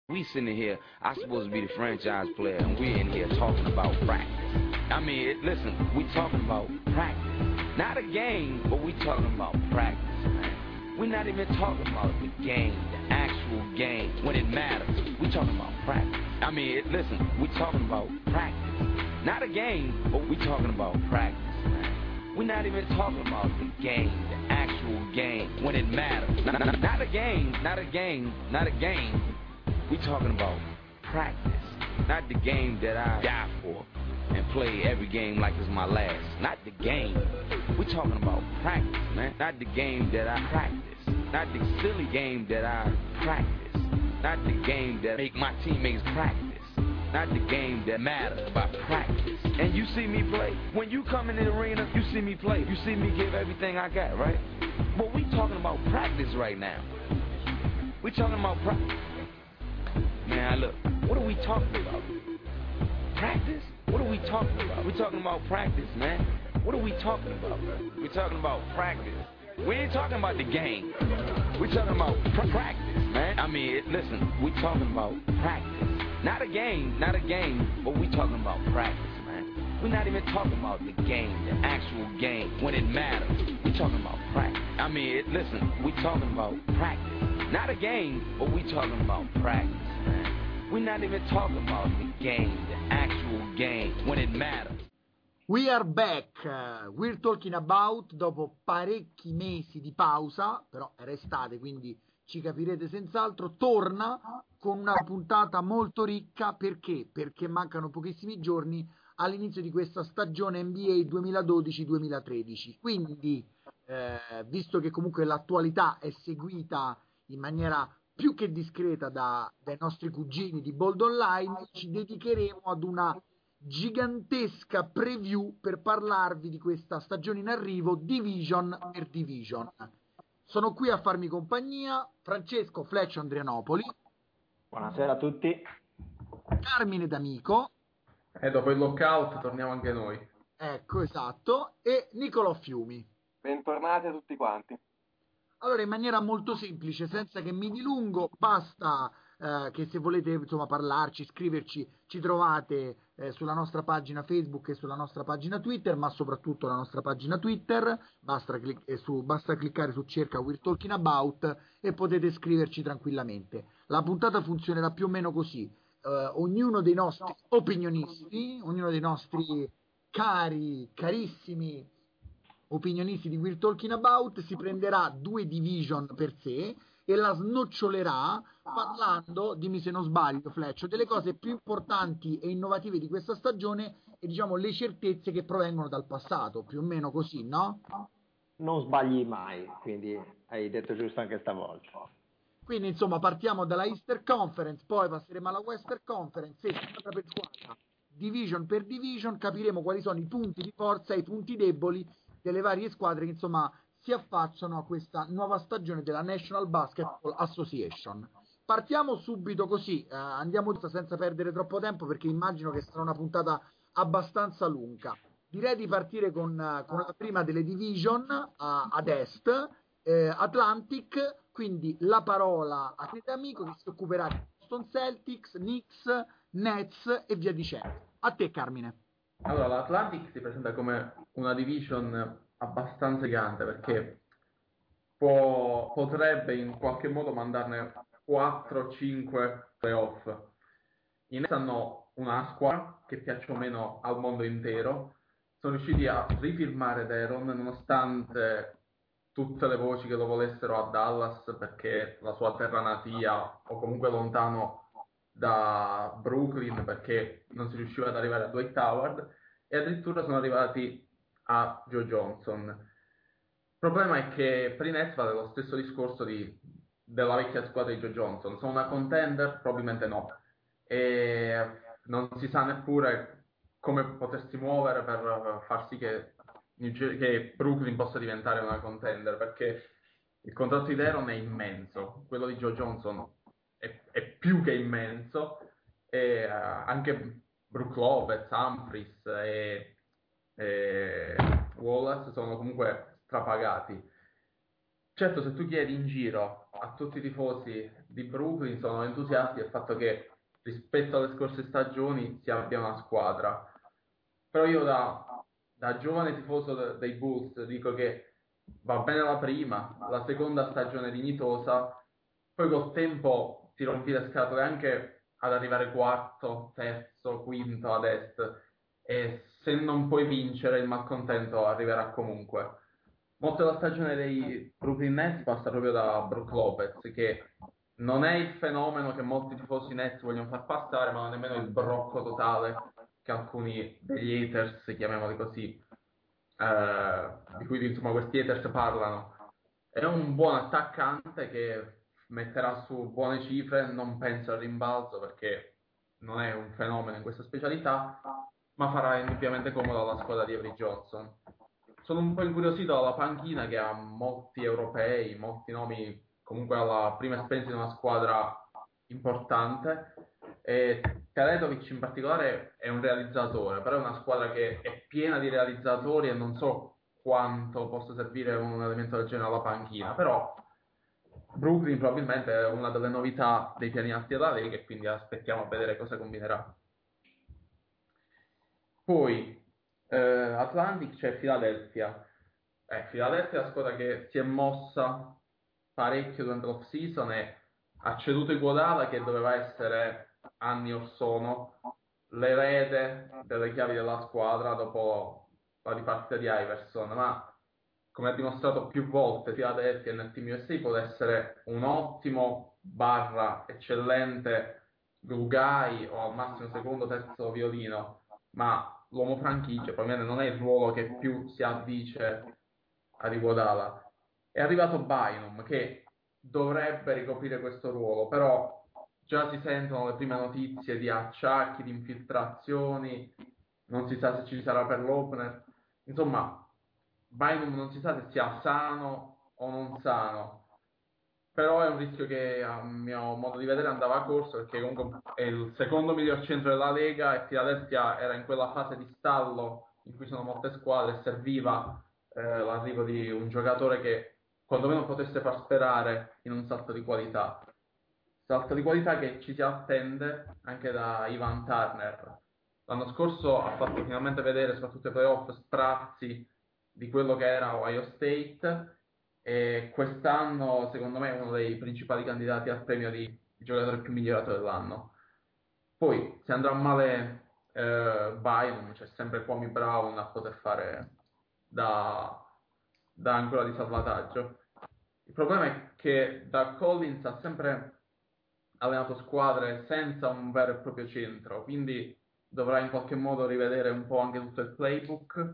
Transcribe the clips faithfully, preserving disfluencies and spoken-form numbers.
We sitting here, I'm supposed to be the franchise player, and we're in here talking about practice. I mean, it, listen, we talking about practice. Not a game, but we talking about practice, man. We're not even talking about the game, the actual game, when it matters. We talking about practice. I mean, it, listen, we talking about practice. Not a game, but we talking about practice, man. We're not even talking about the game, the actual game, when it matters. Not, not, not a game, not a game, not a game. We talking about practice, not the game that I die for and play every game like it's my last. Not the game. We talking about practice, man. Not the game that I practice. Not the silly game that I practice. Not the game that make my teammates practice. Not the game that matters, but practice. And you see me play. When you come in the arena, you see me play. You see me give everything I got, right? But we talking about practice right now. We talking about practice. Man, look, what are we talking about? Practice? What are we talking about? We're talking about practice, man. What are we talking about? We're talking about practice. We ain't talking about the game. We're talking about pr practice, man. I mean, it, listen, we're talking about practice. Not a game, not a game, but we're talking about practice, man. We're not even talking about the game, the actual game, when it matters. We're talking about practice. I mean, it, listen, we're talking about practice. Not a game, but we're talking about practice. We're not even talking about the game, the actual game, when it matters. We are back, uh, we're talking about, dopo parecchi mesi di pausa, però era estate quindi ci capirete senz'altro, torna con una puntata molto ricca, perché? Perché mancano pochissimi giorni all'inizio di questa stagione N B A duemiladodici duemilatredici, quindi eh, visto che comunque l'attualità è seguita in maniera più che discreta da, dai nostri cugini di Bold Online, ci dedicheremo ad una gigantesca preview per parlarvi di questa stagione in arrivo, division per division. Sono qui a farmi compagnia Francesco Fletch Andrianopoli. Buonasera a tutti. Carmine D'Amico. E dopo il lockout torniamo anche noi. Ecco, esatto. E Nicolò Fiumi. Bentornati a tutti quanti. Allora, in maniera molto semplice, senza che mi dilungo, basta eh, che se volete insomma parlarci, scriverci, ci trovate eh, sulla nostra pagina Facebook e sulla nostra pagina Twitter, ma soprattutto la nostra pagina Twitter, basta, clic- eh, su, basta cliccare su cerca We're Talking About e potete scriverci tranquillamente. La puntata funzionerà più o meno così, eh, ognuno dei nostri opinionisti, ognuno dei nostri cari, carissimi opinionisti di We're Talking About si prenderà due division per sé e la snocciolerà parlando, dimmi se non sbaglio Fleccio, delle cose più importanti e innovative di questa stagione e diciamo le certezze che provengono dal passato, più o meno così, no? Non sbagli mai, quindi hai detto giusto anche stavolta. Quindi insomma partiamo dalla Easter Conference, poi passeremo alla Western Conference e squadra per squadra, division per division, capiremo quali sono i punti di forza e i punti deboli delle varie squadre che insomma si affacciano a questa nuova stagione della National Basketball Association. Partiamo subito così, eh, andiamo senza perdere troppo tempo perché immagino che sarà una puntata abbastanza lunga. Direi di partire con, con la prima delle division a, ad est, eh, Atlantic, quindi la parola a te amico che si occuperà di Boston Celtics, Knicks, Nets e via dicendo. A te Carmine. Allora, l'Atlantic si presenta come una division abbastanza gigante perché può, potrebbe in qualche modo mandarne quattro cinque playoff. I Nets hanno una squadra che piace o meno al mondo intero, sono riusciti a rifirmare Deron nonostante tutte le voci che lo volessero a Dallas perché la sua terra natia o comunque lontano da Brooklyn perché non si riusciva ad arrivare a Dwight Howard e addirittura sono arrivati a Joe Johnson. Il problema è che per i Nets vale lo stesso discorso di, della vecchia squadra di Joe Johnson. Sono una contender? Probabilmente no. E non si sa neppure come potersi muovere per far sì che, che Brooklyn possa diventare una contender perché il contratto di Deron è immenso, quello di Joe Johnson è, è più che immenso e uh, anche Brook Lopez, Humphries e, e Wallace sono comunque strapagati. Certo, se tu chiedi in giro a tutti i tifosi di Brooklyn sono entusiasti del fatto che rispetto alle scorse stagioni si abbia una squadra. Però io da, da giovane tifoso de- dei Bulls dico che va bene la prima, la seconda stagione dignitosa, poi col tempo ti rompi le scatole anche ad arrivare quarto, terzo, quinto ad est, e se non puoi vincere il malcontento arriverà comunque. Molto della stagione dei Brooklyn Nets passa proprio da Brook Lopez, che non è il fenomeno che molti tifosi Nets vogliono far passare, ma non è nemmeno il brocco totale che alcuni degli haters, chiamiamoli così, eh, di cui insomma questi haters parlano. È un buon attaccante che metterà su buone cifre, non penso al rimbalzo perché non è un fenomeno in questa specialità, ma farà indubbiamente comodo alla squadra di Avery Johnson. Sono un po' incuriosito dalla panchina che ha molti europei, molti nomi comunque alla prima esperienza di una squadra importante, e Teletovic in particolare è un realizzatore, però è una squadra che è piena di realizzatori e non so quanto possa servire un elemento del genere alla panchina, però Brooklyn probabilmente è una delle novità dei piani alti della Lega e quindi aspettiamo a vedere cosa combinerà. Poi eh, Atlantic c'è Philadelphia. Eh, Philadelphia è una squadra che si è mossa parecchio durante l'off season e ha ceduto Iguodala, che doveva essere anni or sono l'erede delle chiavi della squadra dopo la dipartita di Iverson, ma come ha dimostrato più volte Philadelphia nel Team U S A può essere un ottimo barra eccellente glue guy o al massimo secondo terzo violino, ma l'uomo franchigia probabilmente non è il ruolo che più si addice a Iguodala. È arrivato Bynum che dovrebbe ricoprire questo ruolo, però già si sentono le prime notizie di acciacchi, di infiltrazioni, non si sa se ci sarà per l'opener. Insomma, Bynum non si sa se sia sano o non sano, però è un rischio che a mio modo di vedere andava a corso, perché comunque è il secondo miglior centro della Lega e Philadelphia era in quella fase di stallo in cui sono molte squadre e serviva eh, l'arrivo di un giocatore che quantomeno potesse far sperare in un salto di qualità. Salto di qualità che ci si attende anche da Ivan Turner. L'anno scorso ha fatto finalmente vedere, soprattutto ai playoff, sprazzi di quello che era Ohio State, e quest'anno secondo me è uno dei principali candidati al premio di giocatore più migliorato dell'anno. Poi se andrà male eh, Bynum, c'è sempre Kwame Brown a poter fare da, da ancora di salvataggio. Il problema è che da Collins ha sempre allenato squadre senza un vero e proprio centro, quindi dovrà in qualche modo rivedere un po' anche tutto il playbook,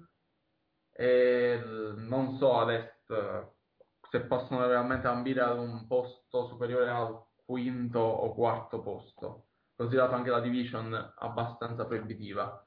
e non so ad est se possono realmente ambire ad un posto superiore al quinto o quarto posto, considerato anche la division abbastanza proibitiva.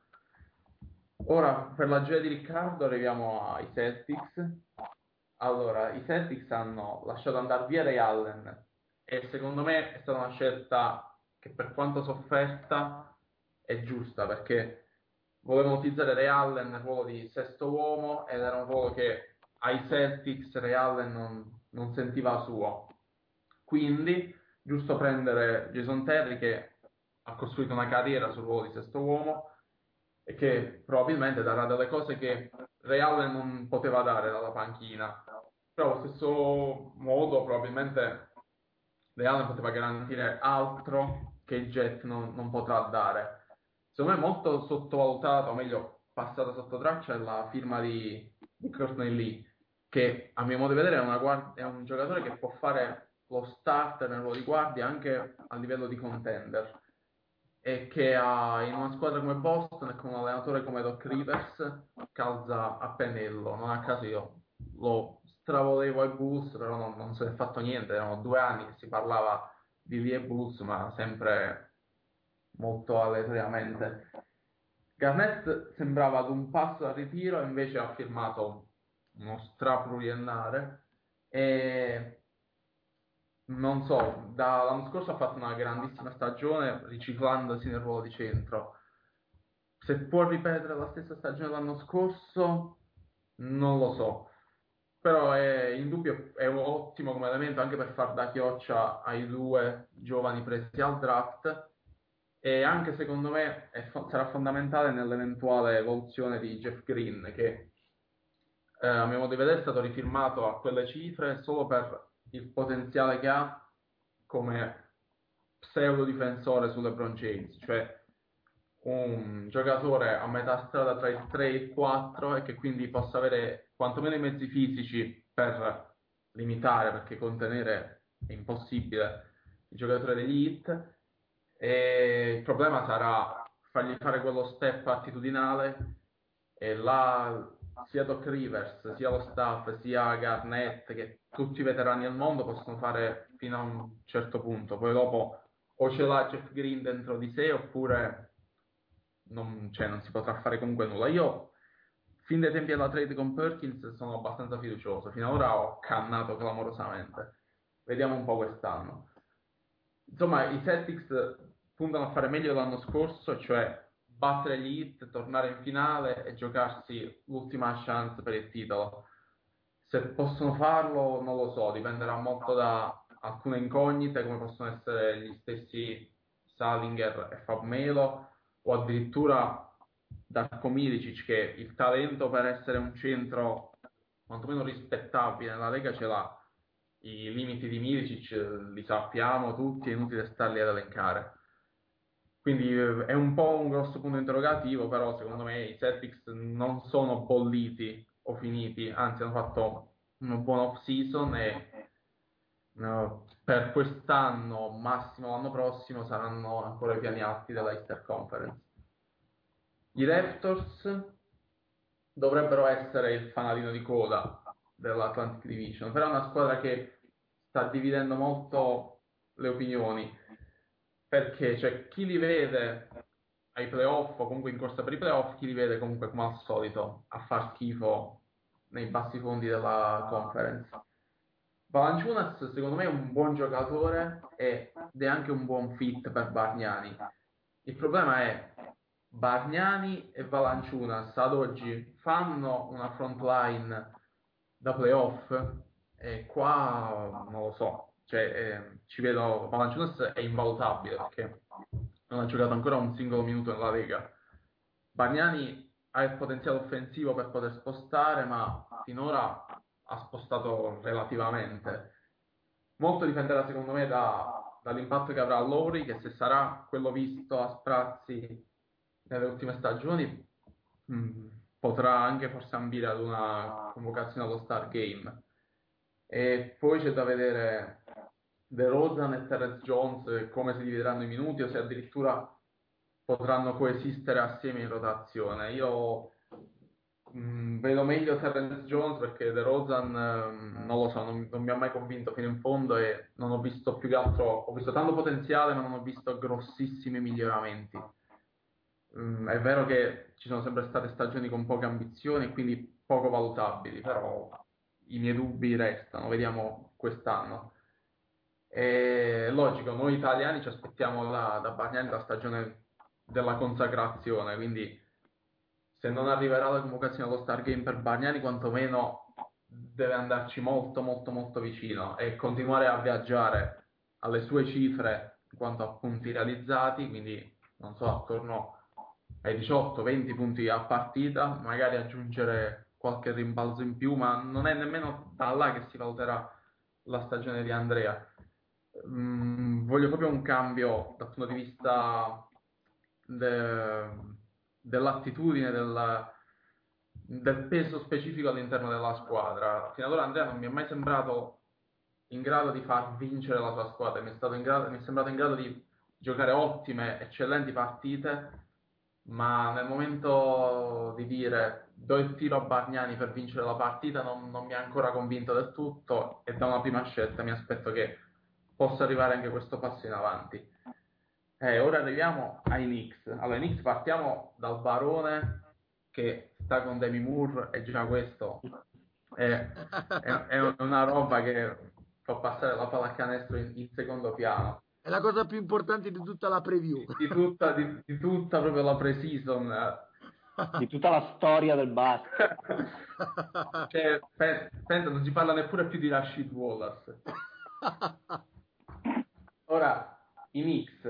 Ora, per la gioia di Riccardo, arriviamo ai Celtics. Allora, i Celtics hanno lasciato andare via Ray Allen e secondo me è stata una scelta che, per quanto sofferta, è giusta, perché volevano utilizzare Ray Allen nel ruolo di sesto uomo ed era un ruolo che ai Celtics Ray Allen non, non sentiva suo. Quindi, giusto prendere Jason Terry, che ha costruito una carriera sul ruolo di sesto uomo e che probabilmente darà delle cose che Ray Allen non poteva dare dalla panchina. Però allo stesso modo probabilmente Ray Allen poteva garantire altro che il Jet non, non potrà dare. Secondo me molto sottovalutato, o meglio, passata sotto traccia, è la firma di, di Courtney Lee, che a mio modo di vedere è, una guard- è un giocatore che può fare lo starter nel ruolo di guardia anche a livello di contender, e che ha, in una squadra come Boston e con un allenatore come Doc Rivers, calza a pennello. Non a caso io lo stravolevo ai Bulls, però non, non se ne è fatto niente. Erano due anni che si parlava di Lee e Bulls, ma sempre molto aleatoriamente. Garnett sembrava ad un passo dal ritiro, invece ha firmato uno strapluriennale e non so, dall'anno scorso ha fatto una grandissima stagione riciclandosi nel ruolo di centro. Se può ripetere la stessa stagione dell'anno scorso, non lo so. però è indubbio, è un ottimo come elemento anche per far da chioccia ai due giovani presi al draft, e anche secondo me è fo- sarà fondamentale nell'eventuale evoluzione di Jeff Green, che eh, a mio modo di vedere è stato rifirmato a quelle cifre solo per il potenziale che ha come pseudo difensore su LeBron James, cioè un giocatore a metà strada tra il tre e il quattro e che quindi possa avere quantomeno i mezzi fisici per limitare, perché contenere è impossibile, il giocatore degli Heat. E il problema sarà fargli fare quello step attitudinale, e là sia Doc Rivers, sia lo staff, sia Garnett, che tutti i veterani del mondo possono fare fino a un certo punto, poi dopo o ce l'ha Jeff Green dentro di sé oppure non, cioè, non si potrà fare comunque nulla. Io fin dai tempi della trade con Perkins sono abbastanza fiducioso, fino ad ora ho cannato clamorosamente, vediamo un po' quest'anno. Insomma, i Celtics puntano a fare meglio dell'anno scorso, cioè battere gli Heat, tornare in finale e giocarsi l'ultima chance per il titolo. Se possono farlo non lo so, dipenderà molto da alcune incognite, come possono essere gli stessi Salinger e Fab Melo, o addirittura Darko Milicic, che il talento per essere un centro quantomeno rispettabile nella Lega ce l'ha. I limiti di Milicic eh, li sappiamo tutti, è inutile starli ad elencare. Quindi eh, è un po' un grosso punto interrogativo, però secondo me i Celtics non sono bolliti o finiti, anzi hanno fatto una buona off-season e no, per quest'anno, massimo l'anno prossimo, saranno ancora i piani alti della Easter Conference. I Raptors dovrebbero essere il fanalino di coda dell'Atlantic Division, però è una squadra che sta dividendo molto le opinioni, perché c'è chi li vede ai playoff o comunque in corsa per i playoff, chi li vede comunque come al solito a far schifo nei bassi fondi della conference. Valanciunas secondo me è un buon giocatore ed è anche un buon fit per Bargnani. Il problema è Bargnani e Valanciunas ad oggi fanno una front line da playoff, e qua non lo so, cioè eh, ci vedo, Valanciunas è invalutabile perché non ha giocato ancora un singolo minuto nella Lega. Bargnani ha il potenziale offensivo per poter spostare, ma finora ha spostato relativamente. Molto dipenderà secondo me da, dall'impatto che avrà Lowry, che se sarà quello visto a sprazzi nelle ultime stagioni mh, potrà anche forse ambire ad una convocazione allo Star Game. E poi c'è da vedere DeRozan e Terrence Jones come si divideranno i minuti, o se addirittura potranno coesistere assieme in rotazione. Io mh, vedo meglio Terrence Jones perché DeRozan mh, non lo so, non, non mi ha mai convinto fino in fondo e non ho visto più che altro, ho visto tanto potenziale ma non ho visto grossissimi miglioramenti. Mh, è vero che ci sono sempre state stagioni con poche ambizioni e quindi poco valutabili, però i miei dubbi restano, vediamo quest'anno. È logico, noi italiani ci aspettiamo da, da Bargnani la stagione della consacrazione, quindi se non arriverà la convocazione allo Star Game per Bargnani, quantomeno deve andarci molto molto molto vicino e continuare a viaggiare alle sue cifre in quanto a punti realizzati, quindi non so, attorno ai diciotto venti punti a partita, magari aggiungere qualche rimbalzo in più, ma non è nemmeno da là che si valuterà la stagione di Andrea. Mm, voglio proprio un cambio dal punto di vista de- dell'attitudine, del, del peso specifico all'interno della squadra. Fino ad ora Andrea non mi è mai sembrato in grado di far vincere la sua squadra, mi è, stato in grado, mi è sembrato in grado di giocare ottime, eccellenti partite, ma nel momento di dire do il tiro a Bargnani per vincere la partita non, non mi ha ancora convinto del tutto, e da una prima scelta mi aspetto che possa arrivare anche questo passo in avanti. Eh, ora arriviamo ai Knicks. Allora, i Knicks partiamo dal barone che sta con Demi Moore, e già questo è, è, è una roba che fa passare la pallacanestro in, in secondo piano. È la cosa più importante di tutta la preview. Di tutta, di, di tutta proprio la pre-season di tutta la storia del basket. Cioè, pe- pensa, non si parla neppure più di Rashid Wallace. Ora, i Knicks,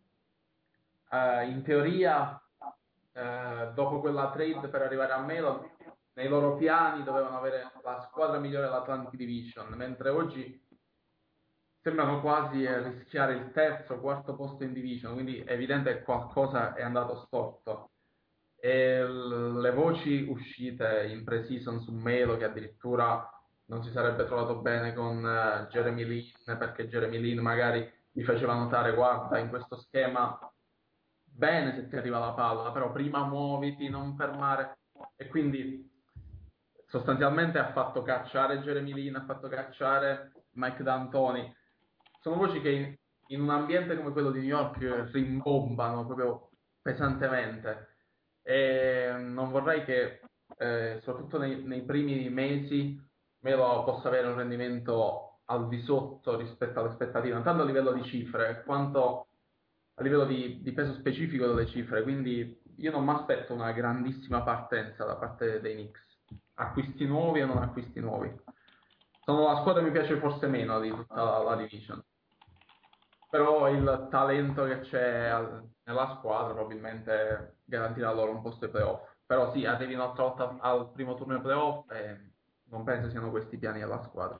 eh, in teoria, eh, dopo quella trade per arrivare a Melo, nei loro piani dovevano avere la squadra migliore dell'Atlantic Division, mentre oggi sembrano quasi eh, rischiare il terzo, quarto posto in division, quindi è evidente che qualcosa è andato storto. E l- le voci uscite in pre-season su Melo, che addirittura non si sarebbe trovato bene con eh, Jeremy Lin, perché Jeremy Lin magari gli faceva notare: guarda, in questo schema bene se ti arriva la palla, però prima muoviti, non fermare. E quindi sostanzialmente ha fatto cacciare Jeremy Lin, ha fatto cacciare Mike D'Antoni. Sono voci che in, in un ambiente come quello di New York rimbombano proprio pesantemente, e non vorrei che, eh, soprattutto nei, nei primi mesi, Melo possa avere un rendimento al di sotto rispetto alle aspettative, non tanto a livello di cifre, quanto a livello di, di peso specifico delle cifre. Quindi io non mi aspetto una grandissima partenza da parte dei Knicks, acquisti nuovi o non acquisti nuovi. Sono la squadra che mi piace forse meno di tutta la, la division, però il talento che c'è al- nella squadra probabilmente garantirà loro un posto ai playoff. Però sì, arrivi un'altra volta al primo turno ai playoff e non penso siano questi i piani della squadra.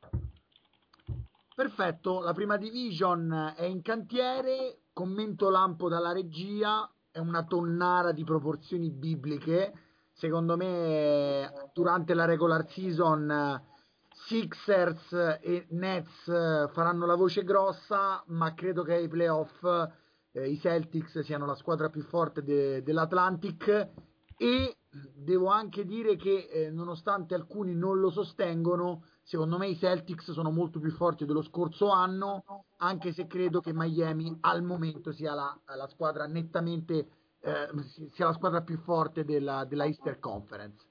Perfetto, la prima division è in cantiere, commento lampo dalla regia, è una tonnara di proporzioni bibliche. Secondo me durante la regular season Sixers e Nets faranno la voce grossa, ma credo che ai playoff eh, i Celtics siano la squadra più forte de- dell'Atlantic, e devo anche dire che eh, nonostante alcuni non lo sostengono, secondo me i Celtics sono molto più forti dello scorso anno, anche se credo che Miami al momento sia la, la squadra nettamente eh, sia la squadra più forte della, della Eastern Conference.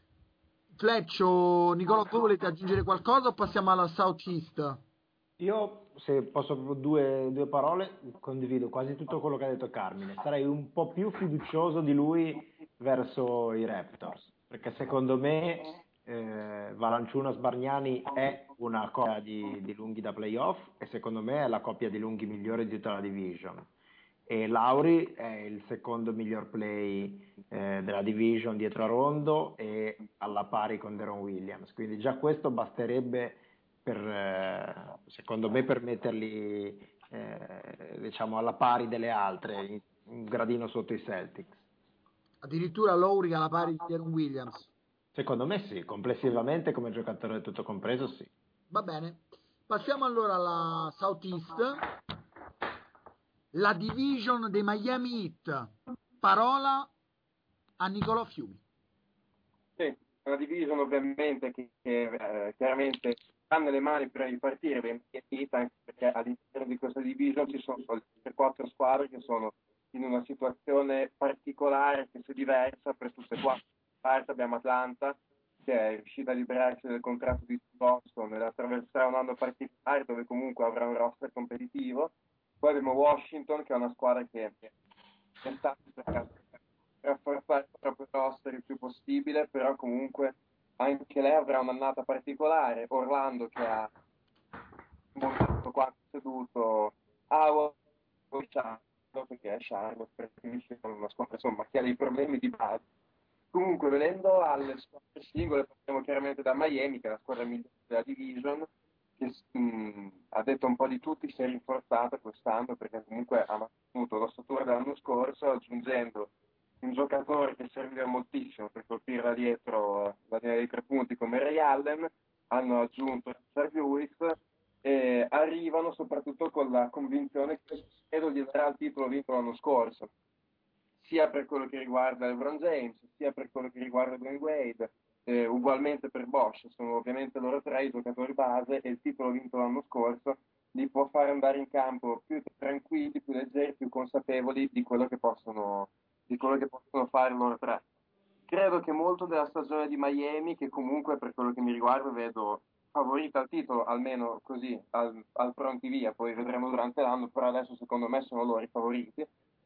Fleccio, Nicola, voi volete aggiungere qualcosa o passiamo alla Southeast? Io, se posso due, due parole, condivido quasi tutto quello che ha detto Carmine. Sarei un po' più fiducioso di lui verso i Raptors, perché secondo me eh, Valanciunas Bargnani è una coppia di, di lunghi da playoff, e secondo me è la coppia di lunghi migliore di tutta la division. E Lauri è il secondo miglior play eh, della division dietro a Rondo e alla pari con Deron Williams, quindi già questo basterebbe per, eh, secondo me, per metterli eh, diciamo alla pari delle altre, un gradino sotto i Celtics. Addirittura Lowry alla pari di Deron Williams. Secondo me sì, complessivamente come giocatore tutto compreso sì. Va bene. Passiamo allora alla Southeast, la division dei Miami Heat. Parola a Nicolò Fiumi. Sì, è una division ovviamente che, che eh, chiaramente ha nelle mani prima di partire ben partita, anche perché all'interno di questa division ci sono altre quattro squadre che sono in una situazione particolare, che si diversa per tutte e quattro. Da parte abbiamo Atlanta, che è riuscita a liberarsi del contratto di Boston ed attraverserà un anno particolare dove comunque avrà un roster competitivo. Poi abbiamo Washington, che è una squadra che è stata per rafforzare il proprio roster il più possibile, però comunque anche lei avrà un'annata particolare. Orlando, che ha molto quanto seduto, Howard, perché è Charlotte preferisce una squadra insomma che ha dei problemi di base. Comunque, venendo alle squadre singole, partiamo chiaramente da Miami, che è la squadra migliore della division, che mh, ha detto un po' di tutti, si è rinforzata quest'anno perché comunque ha mantenuto l'ossatura dell'anno scorso, aggiungendo un giocatore che serviva moltissimo per colpire da dietro la linea dei tre punti come Ray Allen. Hanno aggiunto Sergio Lewis e arrivano soprattutto con la convinzione che credo gli darà il titolo vinto l'anno scorso, sia per quello che riguarda LeBron James, sia per quello che riguarda Dwayne Wade, eh, ugualmente per Bosch. Sono ovviamente loro tre i giocatori base, e il titolo vinto l'anno scorso li può fare andare in campo più tranquilli, più leggeri, più consapevoli di quello che possono, di quello che possono fare loro tre. Credo che molto della stagione di Miami, che comunque per quello che mi riguarda vedo favorita al titolo, almeno così, al, al pronti via, poi vedremo durante l'anno, però adesso secondo me sono loro i favoriti.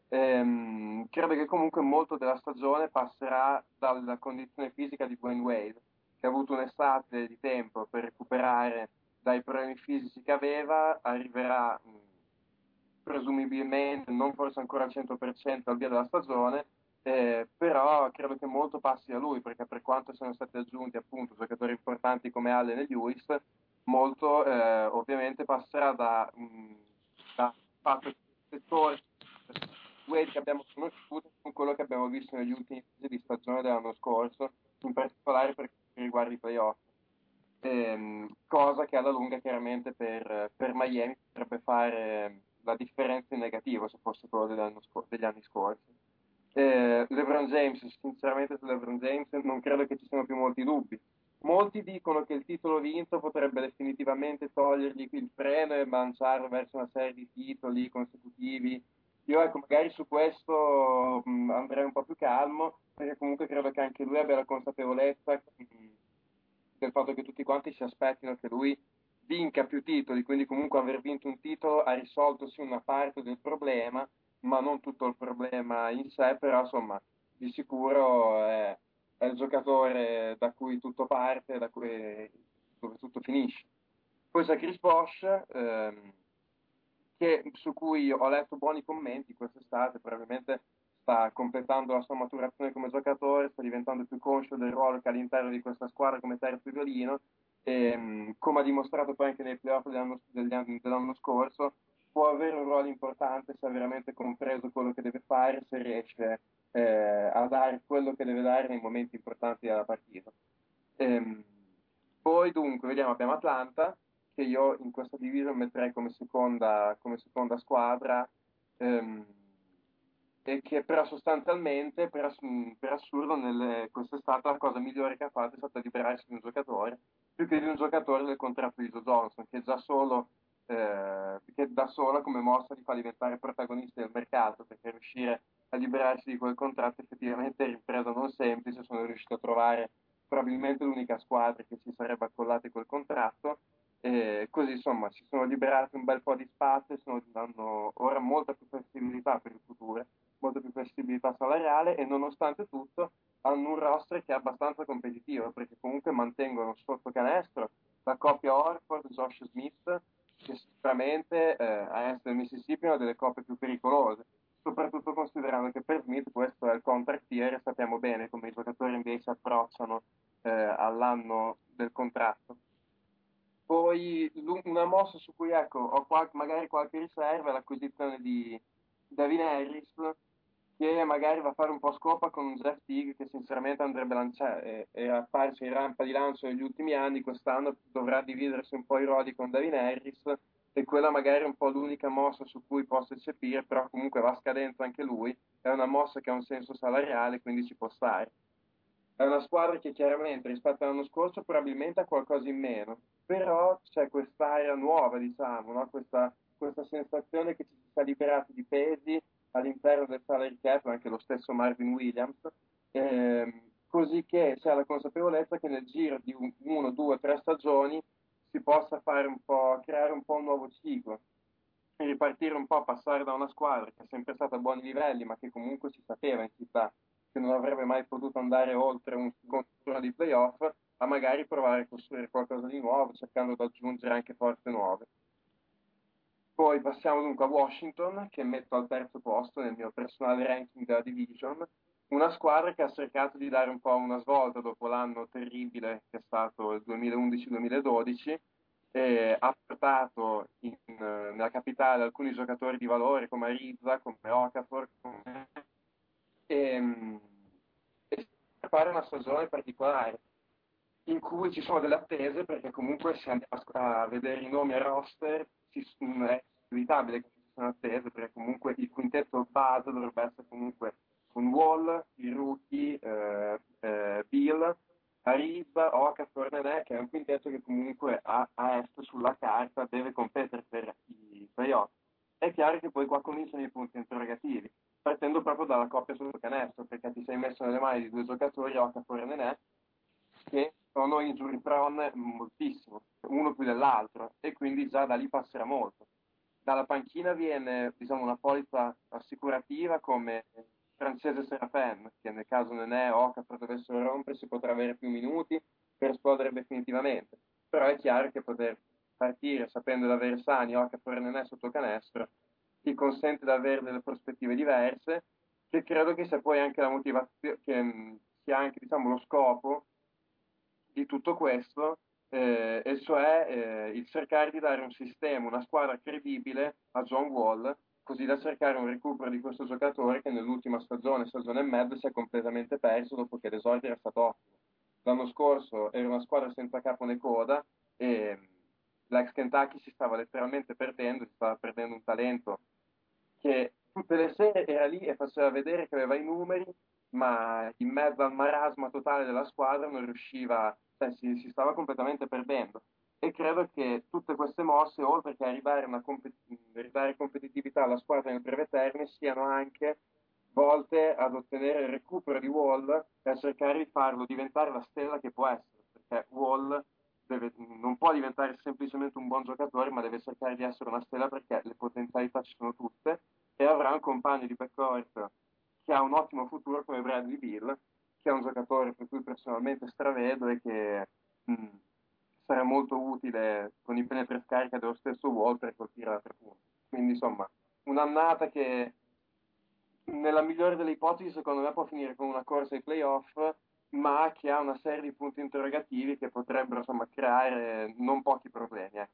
Ehm, credo che comunque molto della stagione passerà dalla condizione fisica di Dwayne Wade, che ha avuto un'estate di tempo per recuperare dai problemi fisici che aveva, arriverà mh, presumibilmente, non forse ancora al cento per cento al via della stagione, eh, però credo che molto passi da lui, perché per quanto siano stati aggiunti appunto giocatori importanti come Allen e Lewis, molto eh, ovviamente passerà da, mh, da fatto che il settore Wade che abbiamo conosciuto con quello che abbiamo visto negli ultimi mesi di stagione dell'anno scorso, in particolare per quanto riguarda i playoff. Ehm, cosa che alla lunga chiaramente per, per Miami potrebbe fare la differenza in negativo se fosse quello dell'anno scor- degli anni scorsi. Eh, LeBron James, sinceramente su LeBron James non credo che ci siano più molti dubbi. Molti dicono che il titolo vinto potrebbe definitivamente togliergli il freno e lanciarlo verso una serie di titoli consecutivi. Io ecco, magari su questo mh, andrei un po' più calmo, perché comunque credo che anche lui abbia la consapevolezza mh, del fatto che tutti quanti si aspettino che lui vinca più titoli, quindi comunque aver vinto un titolo ha risolto sì una parte del problema, ma non tutto il problema in sé, però insomma di sicuro è, è il giocatore da cui tutto parte, da cui, dove tutto finisce. Poi c'è Chris Bosh, ehm, che, su cui ho letto buoni commenti quest'estate, probabilmente sta completando la sua maturazione come giocatore, sta diventando più conscio del ruolo che ha all'interno di questa squadra come terzo violino e mh, come ha dimostrato poi anche nei playoff dell'anno, degli anni- dell'anno scorso, può avere un ruolo importante se ha veramente compreso quello che deve fare, se riesce eh, a dare quello che deve dare nei momenti importanti della partita. Ehm, Poi dunque, vediamo, abbiamo Atlanta, che io in questa division metterei come seconda, come seconda squadra, ehm, e che però sostanzialmente, per, ass- per assurdo, nelle, quest'estate la cosa migliore che ha fatto è stata liberarsi di un giocatore, più che di un giocatore del contratto di Joe Johnson, che già solo, eh, che da sola come mossa li fa diventare protagonisti del mercato, perché riuscire a liberarsi di quel contratto effettivamente è un'impresa non semplice. Sono riuscito a trovare probabilmente l'unica squadra che si sarebbe accollata quel contratto. E così insomma si sono liberati un bel po' di spazio, sono, hanno ora molta più flessibilità per il futuro, molta più flessibilità salariale e nonostante tutto hanno un roster che è abbastanza competitivo perché comunque mantengono sotto canestro la coppia Horford-Josh Smith, che sicuramente eh, a est del Mississippi è una delle coppie più pericolose, soprattutto considerando che per Smith questo è il contract year e sappiamo bene come i giocatori N B A si approcciano eh, all'anno del contratto. Poi una mossa su cui ecco, ho qual- magari qualche riserva è l'acquisizione di Davin Harris, che magari va a fare un po' scopa con un Jeff Teague che sinceramente andrebbe lanciare e apparso in rampa di lancio negli ultimi anni. Quest'anno dovrà dividersi un po' i ruoli con Davin Harris e quella magari è un po' l'unica mossa su cui posso eccepire, però comunque va a scadenza anche lui, è una mossa che ha un senso salariale, quindi ci può stare. È una squadra che chiaramente rispetto all'anno scorso probabilmente ha qualcosa in meno, però c'è quest'area nuova, diciamo, no? questa, questa sensazione che ci si sia liberati di pesi all'interno del salary cap, anche lo stesso Marvin Williams, ehm, così che si ha la consapevolezza che nel giro di un, uno, due, tre stagioni si possa fare un po', creare un po' un nuovo ciclo, ripartire un po', passare da una squadra che è sempre stata a buoni livelli, ma che comunque si sapeva in città che non avrebbe mai potuto andare oltre un secondo turno di playoff, a magari provare a costruire qualcosa di nuovo, cercando di aggiungere anche forze nuove. Poi passiamo dunque a Washington, che metto al terzo posto nel mio personale ranking della division, una squadra che ha cercato di dare un po' una svolta dopo l'anno terribile che è stato il duemilaundici duemiladodici, e ha portato in, nella capitale alcuni giocatori di valore come Ariza, come Okafor, come e, e fare una stagione particolare in cui ci sono delle attese perché comunque se andiamo a, a vedere i nomi a roster ci, è inevitabile che ci siano attese perché comunque il quintetto base dovrebbe essere comunque un Wall, i rookie, eh, eh, Bill, Ariba, Okafor, Nenè, che è un quintetto che comunque a, a est sulla carta deve competere per i playoff. È chiaro che poi qua cominciano i punti interrogativi, partendo proprio dalla coppia sotto canestro, perché ti sei messo nelle mani di due giocatori, Okafor e Nenè, che sono injury prone moltissimo, uno più dell'altro, e quindi già da lì passerà molto. dalla panchina viene, diciamo, una polizza assicurativa come Francese Serafin, che nel caso Nenè o Okafor dovessero rompersi potrà avere più minuti per esplodere definitivamente. Però è chiaro che poter partire sapendo di avere sani Okafor e Nenè sotto canestro ti consente di avere delle prospettive diverse, che credo che sia poi anche la motivazione, che mh, sia anche, diciamo, lo scopo di tutto questo, eh, e cioè eh, il cercare di dare un sistema, una squadra credibile a John Wall, così da cercare un recupero di questo giocatore che nell'ultima stagione, stagione e mezzo, si è completamente perso dopo che l'esordio era stato ottimo. L'anno scorso era una squadra senza capo né coda e l'ex Kentucky si stava letteralmente perdendo, si stava perdendo un talento che tutte le sere era lì e faceva vedere che aveva i numeri, ma in mezzo al marasma totale della squadra non riusciva, cioè si, si stava completamente perdendo. E credo che tutte queste mosse, oltre che a ridare, una compet- ridare competitività alla squadra nel breve termine, siano anche volte ad ottenere il recupero di Wall e a cercare di farlo diventare la stella che può essere, perché Wall deve, non può diventare semplicemente un buon giocatore, ma deve cercare di essere una stella perché le potenzialità ci sono tutte e avrà un compagno di backcourt che ha un ottimo futuro come Bradley Beal, che è un giocatore per cui personalmente stravedo e che mh, sarà molto utile con i penetre scarica dello stesso Wall per colpire la tre punti. Quindi insomma, un'annata che nella migliore delle ipotesi secondo me può finire con una corsa ai playoff, ma che ha una serie di punti interrogativi che potrebbero insomma creare non pochi problemi. Ecco.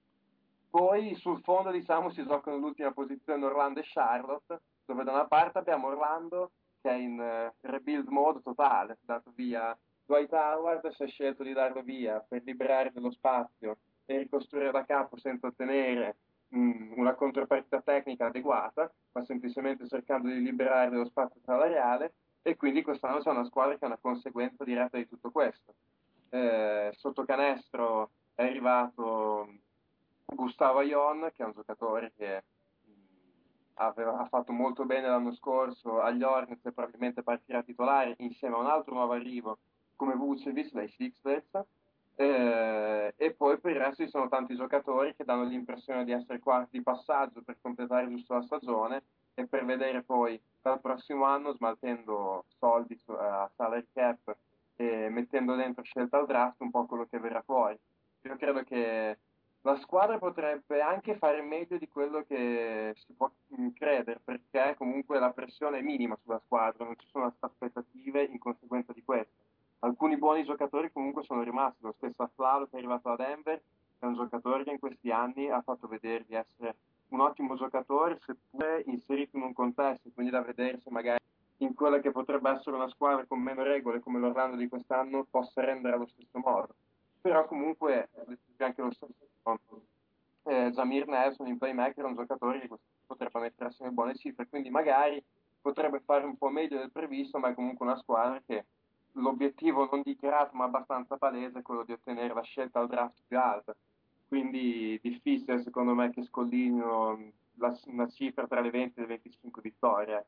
Poi sul fondo diciamo si giocano l'ultima posizione Orlando e Charlotte, dove da una parte abbiamo Orlando che è in uh, rebuild mode totale, dato via Dwight Howard, si è scelto di darlo via per liberare dello spazio e ricostruire da capo senza ottenere mh, una contropartita tecnica adeguata, ma semplicemente cercando di liberare dello spazio salariale, e quindi quest'anno c'è una squadra che è una conseguenza diretta di tutto questo. Eh, sotto canestro è arrivato Gustavo Ion, che è un giocatore che mh, aveva, ha fatto molto bene l'anno scorso agli Hornets e probabilmente partirà titolare insieme a un altro nuovo arrivo come Vucevic dai Sixers. Eh, e poi per il resto ci sono tanti giocatori che danno l'impressione di essere qua di passaggio per completare giusto la stagione e per vedere poi dal prossimo anno, smaltendo soldi su, a salary cap e mettendo dentro scelta al draft, un po' quello che verrà fuori. Io credo che la squadra potrebbe anche fare meglio di quello che si può credere, perché comunque la pressione è minima sulla squadra, non ci sono aspettative in conseguenza di questo. Alcuni buoni giocatori comunque sono rimasti, lo stesso Aflalo che è arrivato a Denver, è un giocatore che in questi anni ha fatto vedere di essere un ottimo giocatore, seppure inserito in un contesto, quindi da vedere se magari in quella che potrebbe essere una squadra con meno regole come l'Orlando di quest'anno possa rendere allo stesso modo. Però comunque anche lo stesso eh, Jamir Nelson in playmaker è un giocatore che potrebbe mettersi in buone cifre, quindi magari potrebbe fare un po' meglio del previsto, ma è comunque una squadra che l'obiettivo non dichiarato ma abbastanza palese è quello di ottenere la scelta al draft più alta, quindi difficile secondo me che scollinino la, una cifra tra le venti e le venticinque vittorie.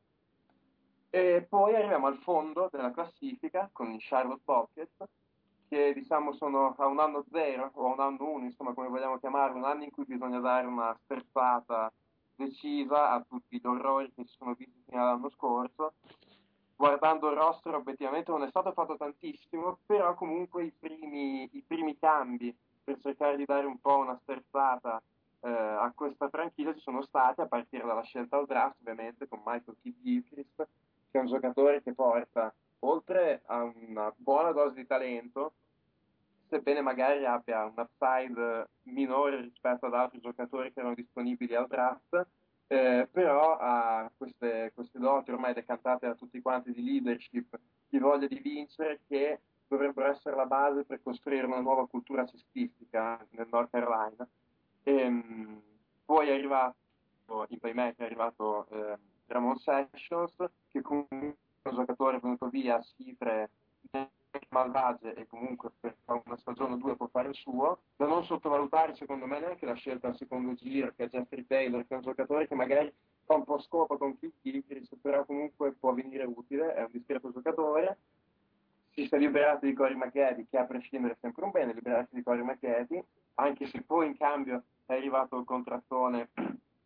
E poi arriviamo al fondo della classifica con i Charlotte Bobcats, che diciamo sono a un anno zero o a un anno uno, insomma come vogliamo chiamarlo, un anno in cui bisogna dare una sterzata decisa a tutti gli orrori che si sono visti fino all'anno scorso. Guardando il roster obiettivamente non è stato fatto tantissimo, però comunque i primi, i primi cambi per cercare di dare un po' una sterzata eh, a questa franchigia ci sono stati, a partire dalla scelta al draft ovviamente con Michael Kidd-Gilchrist, che è un giocatore che porta, oltre a una buona dose di talento, sebbene magari abbia un upside minore rispetto ad altri giocatori che erano disponibili al draft, eh, però ha queste, queste doti ormai decantate da tutti quanti di leadership, di voglia di vincere, che dovrebbero essere la base per costruire una nuova cultura cestistica nel North Carolina. E, mh, poi è arrivato in playmaker, è arrivato eh, Ramon Sessions, che comunque è un giocatore venuto via a cifre malvagie e comunque per una stagione o due può fare il suo. Da non sottovalutare secondo me neanche la scelta al secondo giro, che è Jeffrey Taylor, che è un giocatore che magari fa un po' scopo con Keith Gilchrist, però comunque può venire utile, è un discreto giocatore. Si sta liberati di Corey McGady, che a prescindere è sempre un bene liberarsi di Corey McGady, anche se poi in cambio è arrivato il contrattone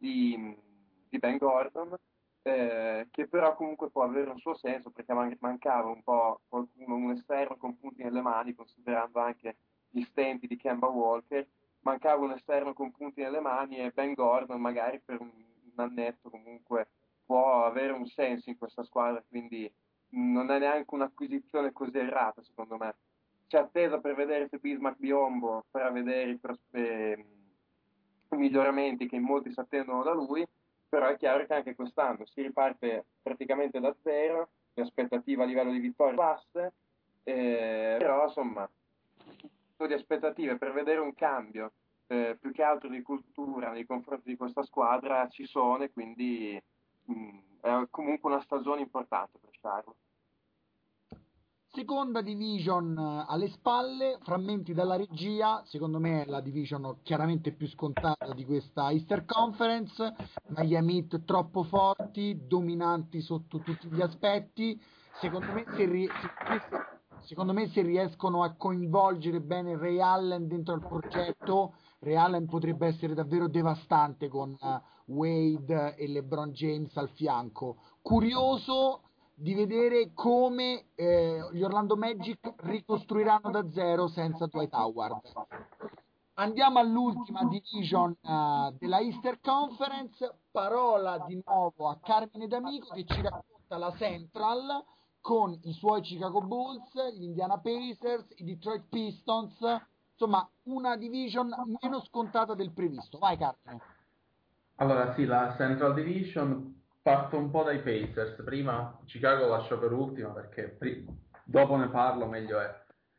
di, di Ben Gordon, eh, che però comunque può avere un suo senso perché man- mancava un po' qualcuno, un esterno con punti nelle mani, considerando anche gli stenti di Kemba Walker, mancava un esterno con punti nelle mani e Ben Gordon magari per un, un annetto comunque può avere un senso in questa squadra, quindi non è neanche un'acquisizione così errata secondo me. C'è attesa per vedere se Bismack Biyombo farà vedere i, prospe- i miglioramenti che in molti si attendono da lui, però è chiaro che anche quest'anno si riparte praticamente da zero, le aspettative a livello di vittorie basse, eh, però insomma, un po' di aspettative per vedere un cambio, eh, più che altro di cultura nei confronti di questa squadra ci sono e quindi mh, è comunque una stagione importante per Charlotte. Seconda division eh, alle spalle, frammenti dalla regia, secondo me è la division chiaramente più scontata di questa Easter Conference, Miami Heat troppo forti, dominanti sotto tutti gli aspetti, secondo me se, ri- secondo me se- secondo me se riescono a coinvolgere bene Ray Allen dentro al progetto, Ray Allen potrebbe essere davvero devastante con eh, Wade e LeBron James al fianco. Curioso di vedere come eh, gli Orlando Magic ricostruiranno da zero senza Dwight Howard. Andiamo all'ultima division eh, della Easter Conference, parola di nuovo a Carmine D'Amico che ci racconta la Central con i suoi Chicago Bulls, gli Indiana Pacers, i Detroit Pistons, insomma una division meno scontata del previsto. Vai Carmine. Allora sì, la Central Division parto un po' dai Pacers. Prima Chicago lascio per ultima perché pri- dopo ne parlo meglio è.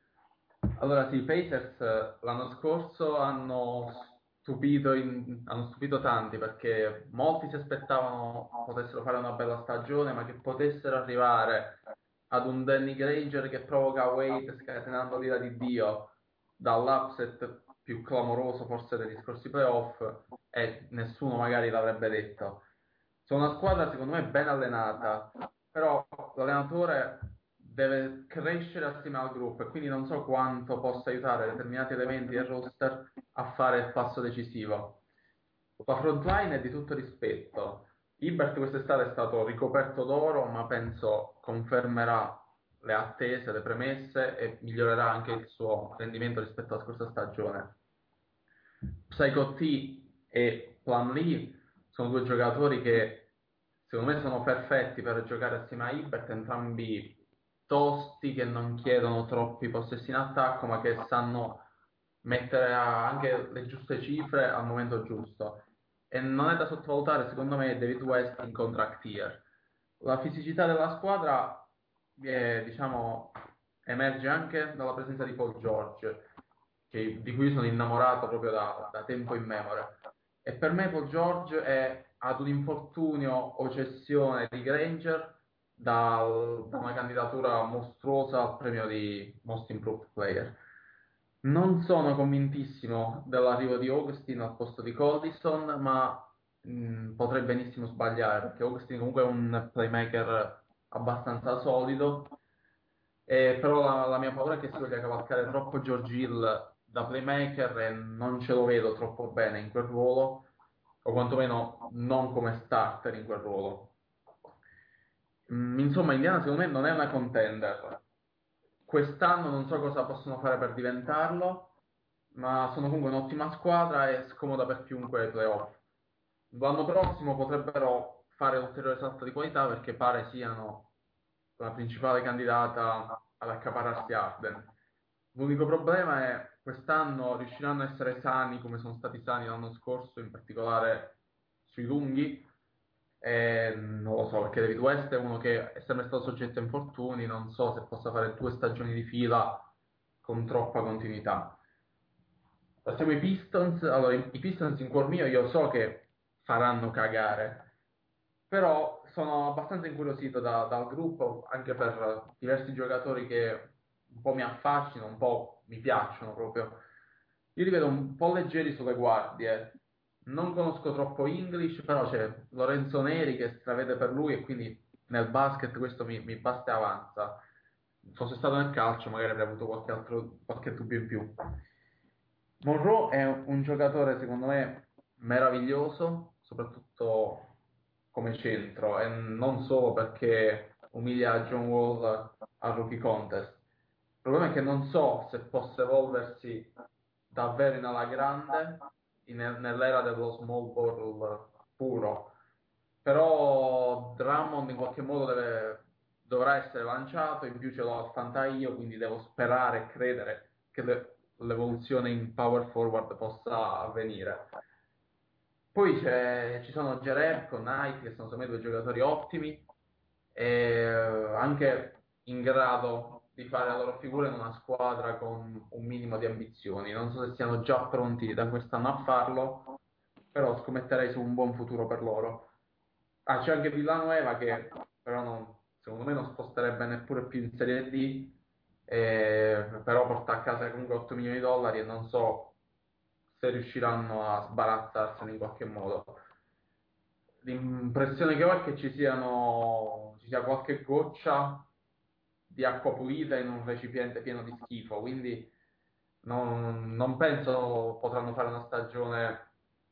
Allora sì, i Pacers eh, l'anno scorso hanno stupito, in- hanno stupito tanti perché molti si aspettavano potessero fare una bella stagione, ma che potessero arrivare ad un Danny Granger che provoca Wade scatenando l'ira di Dio dall'upset più clamoroso forse degli scorsi playoff e nessuno magari l'avrebbe detto. Sono una squadra secondo me ben allenata, però l'allenatore deve crescere assieme al gruppo e quindi non so quanto possa aiutare determinati elementi del roster a fare il passo decisivo. La frontline è di tutto rispetto. Hibbert quest'estate è stato ricoperto d'oro, ma penso confermerà le attese, le premesse e migliorerà anche il suo rendimento rispetto alla scorsa stagione. Psycho T e Plum Lee sono due giocatori che secondo me sono perfetti per giocare assieme a Hibbert, entrambi tosti che non chiedono troppi possessi in attacco, ma che sanno mettere a- anche le giuste cifre al momento giusto. E non è da sottovalutare, secondo me, David West in contract year. La fisicità della squadra, eh, diciamo, emerge anche dalla presenza di Paul George, che- di cui sono innamorato proprio da, da tempo immemore. E per me Paul George è ad un infortunio o cessione di Granger dal- da una candidatura mostruosa al premio di Most Improved Player. Non sono convintissimo dell'arrivo di Augustin al posto di Collison, ma mh, potrei benissimo sbagliare, perché Augustin comunque è un playmaker abbastanza solido, e però la, la mia paura è che si voglia cavalcare troppo George Hill da playmaker e non ce lo vedo troppo bene in quel ruolo, o quantomeno non come starter in quel ruolo. Mm, insomma, Indiana secondo me non è una contender. Quest'anno non so cosa possono fare per diventarlo, ma sono comunque un'ottima squadra e scomoda per chiunque ai playoff. L'anno prossimo potrebbero fare un ulteriore salto di qualità perché pare siano la principale candidata ad accaparrarsi Arden. L'unico problema è quest'anno riusciranno a essere sani come sono stati sani l'anno scorso, in particolare sui lunghi. E non lo so, perché David West è uno che è sempre stato soggetto a infortuni, non so se possa fare due stagioni di fila con troppa continuità. Passiamo ai Pistons. Allora, i i Pistons in cuor mio io so che faranno cagare, però sono abbastanza incuriosito da- dal gruppo, anche per diversi giocatori che un po' mi affascinano, un po' mi piacciono proprio. Io li vedo un po' leggeri sulle guardie. Non conosco troppo English, però c'è Lorenzo Neri che stravede per lui e quindi nel basket questo mi, mi basta e avanza. Fosse stato nel calcio magari avrei avuto qualche altro, qualche dubbio in più. Monroe è un giocatore secondo me meraviglioso, soprattutto come centro, e non solo perché umilia John Wall al Rookie Contest. Il problema è che non so se possa evolversi davvero in alla grande in, nell'era dello small ball puro, però Drummond in qualche modo deve, dovrà essere lanciato, in più ce l'ho al fantaio, quindi devo sperare e credere che le, l'evoluzione in power forward possa avvenire. Poi c'è, ci sono Jerebko, Knight, che sono secondo me due giocatori ottimi e anche in grado di fare la loro figura in una squadra con un minimo di ambizioni. Non so se siano già pronti da quest'anno a farlo, però scommetterei su un buon futuro per loro. Ah, c'è anche Villanueva che però non, secondo me non sposterebbe neppure più in Serie D, eh, però porta a casa comunque otto milioni di dollari e non so se riusciranno a sbarazzarsene in qualche modo. L'impressione che ho è che ci siano, ci sia qualche goccia di acqua pulita in un recipiente pieno di schifo, quindi non, non penso potranno fare una stagione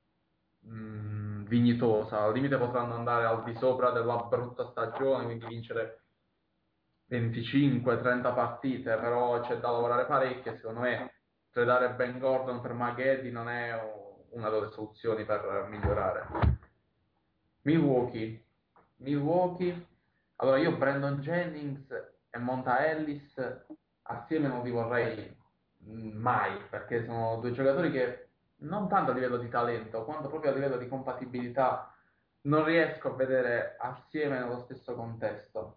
mh, dignitosa. Al limite potranno andare al di sopra della brutta stagione, quindi vincere venticinque trenta partite, però c'è da lavorare parecchio e secondo me tradare Ben Gordon per Maghedi non è una delle soluzioni per migliorare. Milwaukee. Milwaukee. Allora io Brandon Jennings e Monta Ellis assieme non li vorrei mai, perché sono due giocatori che non tanto a livello di talento, quanto proprio a livello di compatibilità non riesco a vedere assieme nello stesso contesto.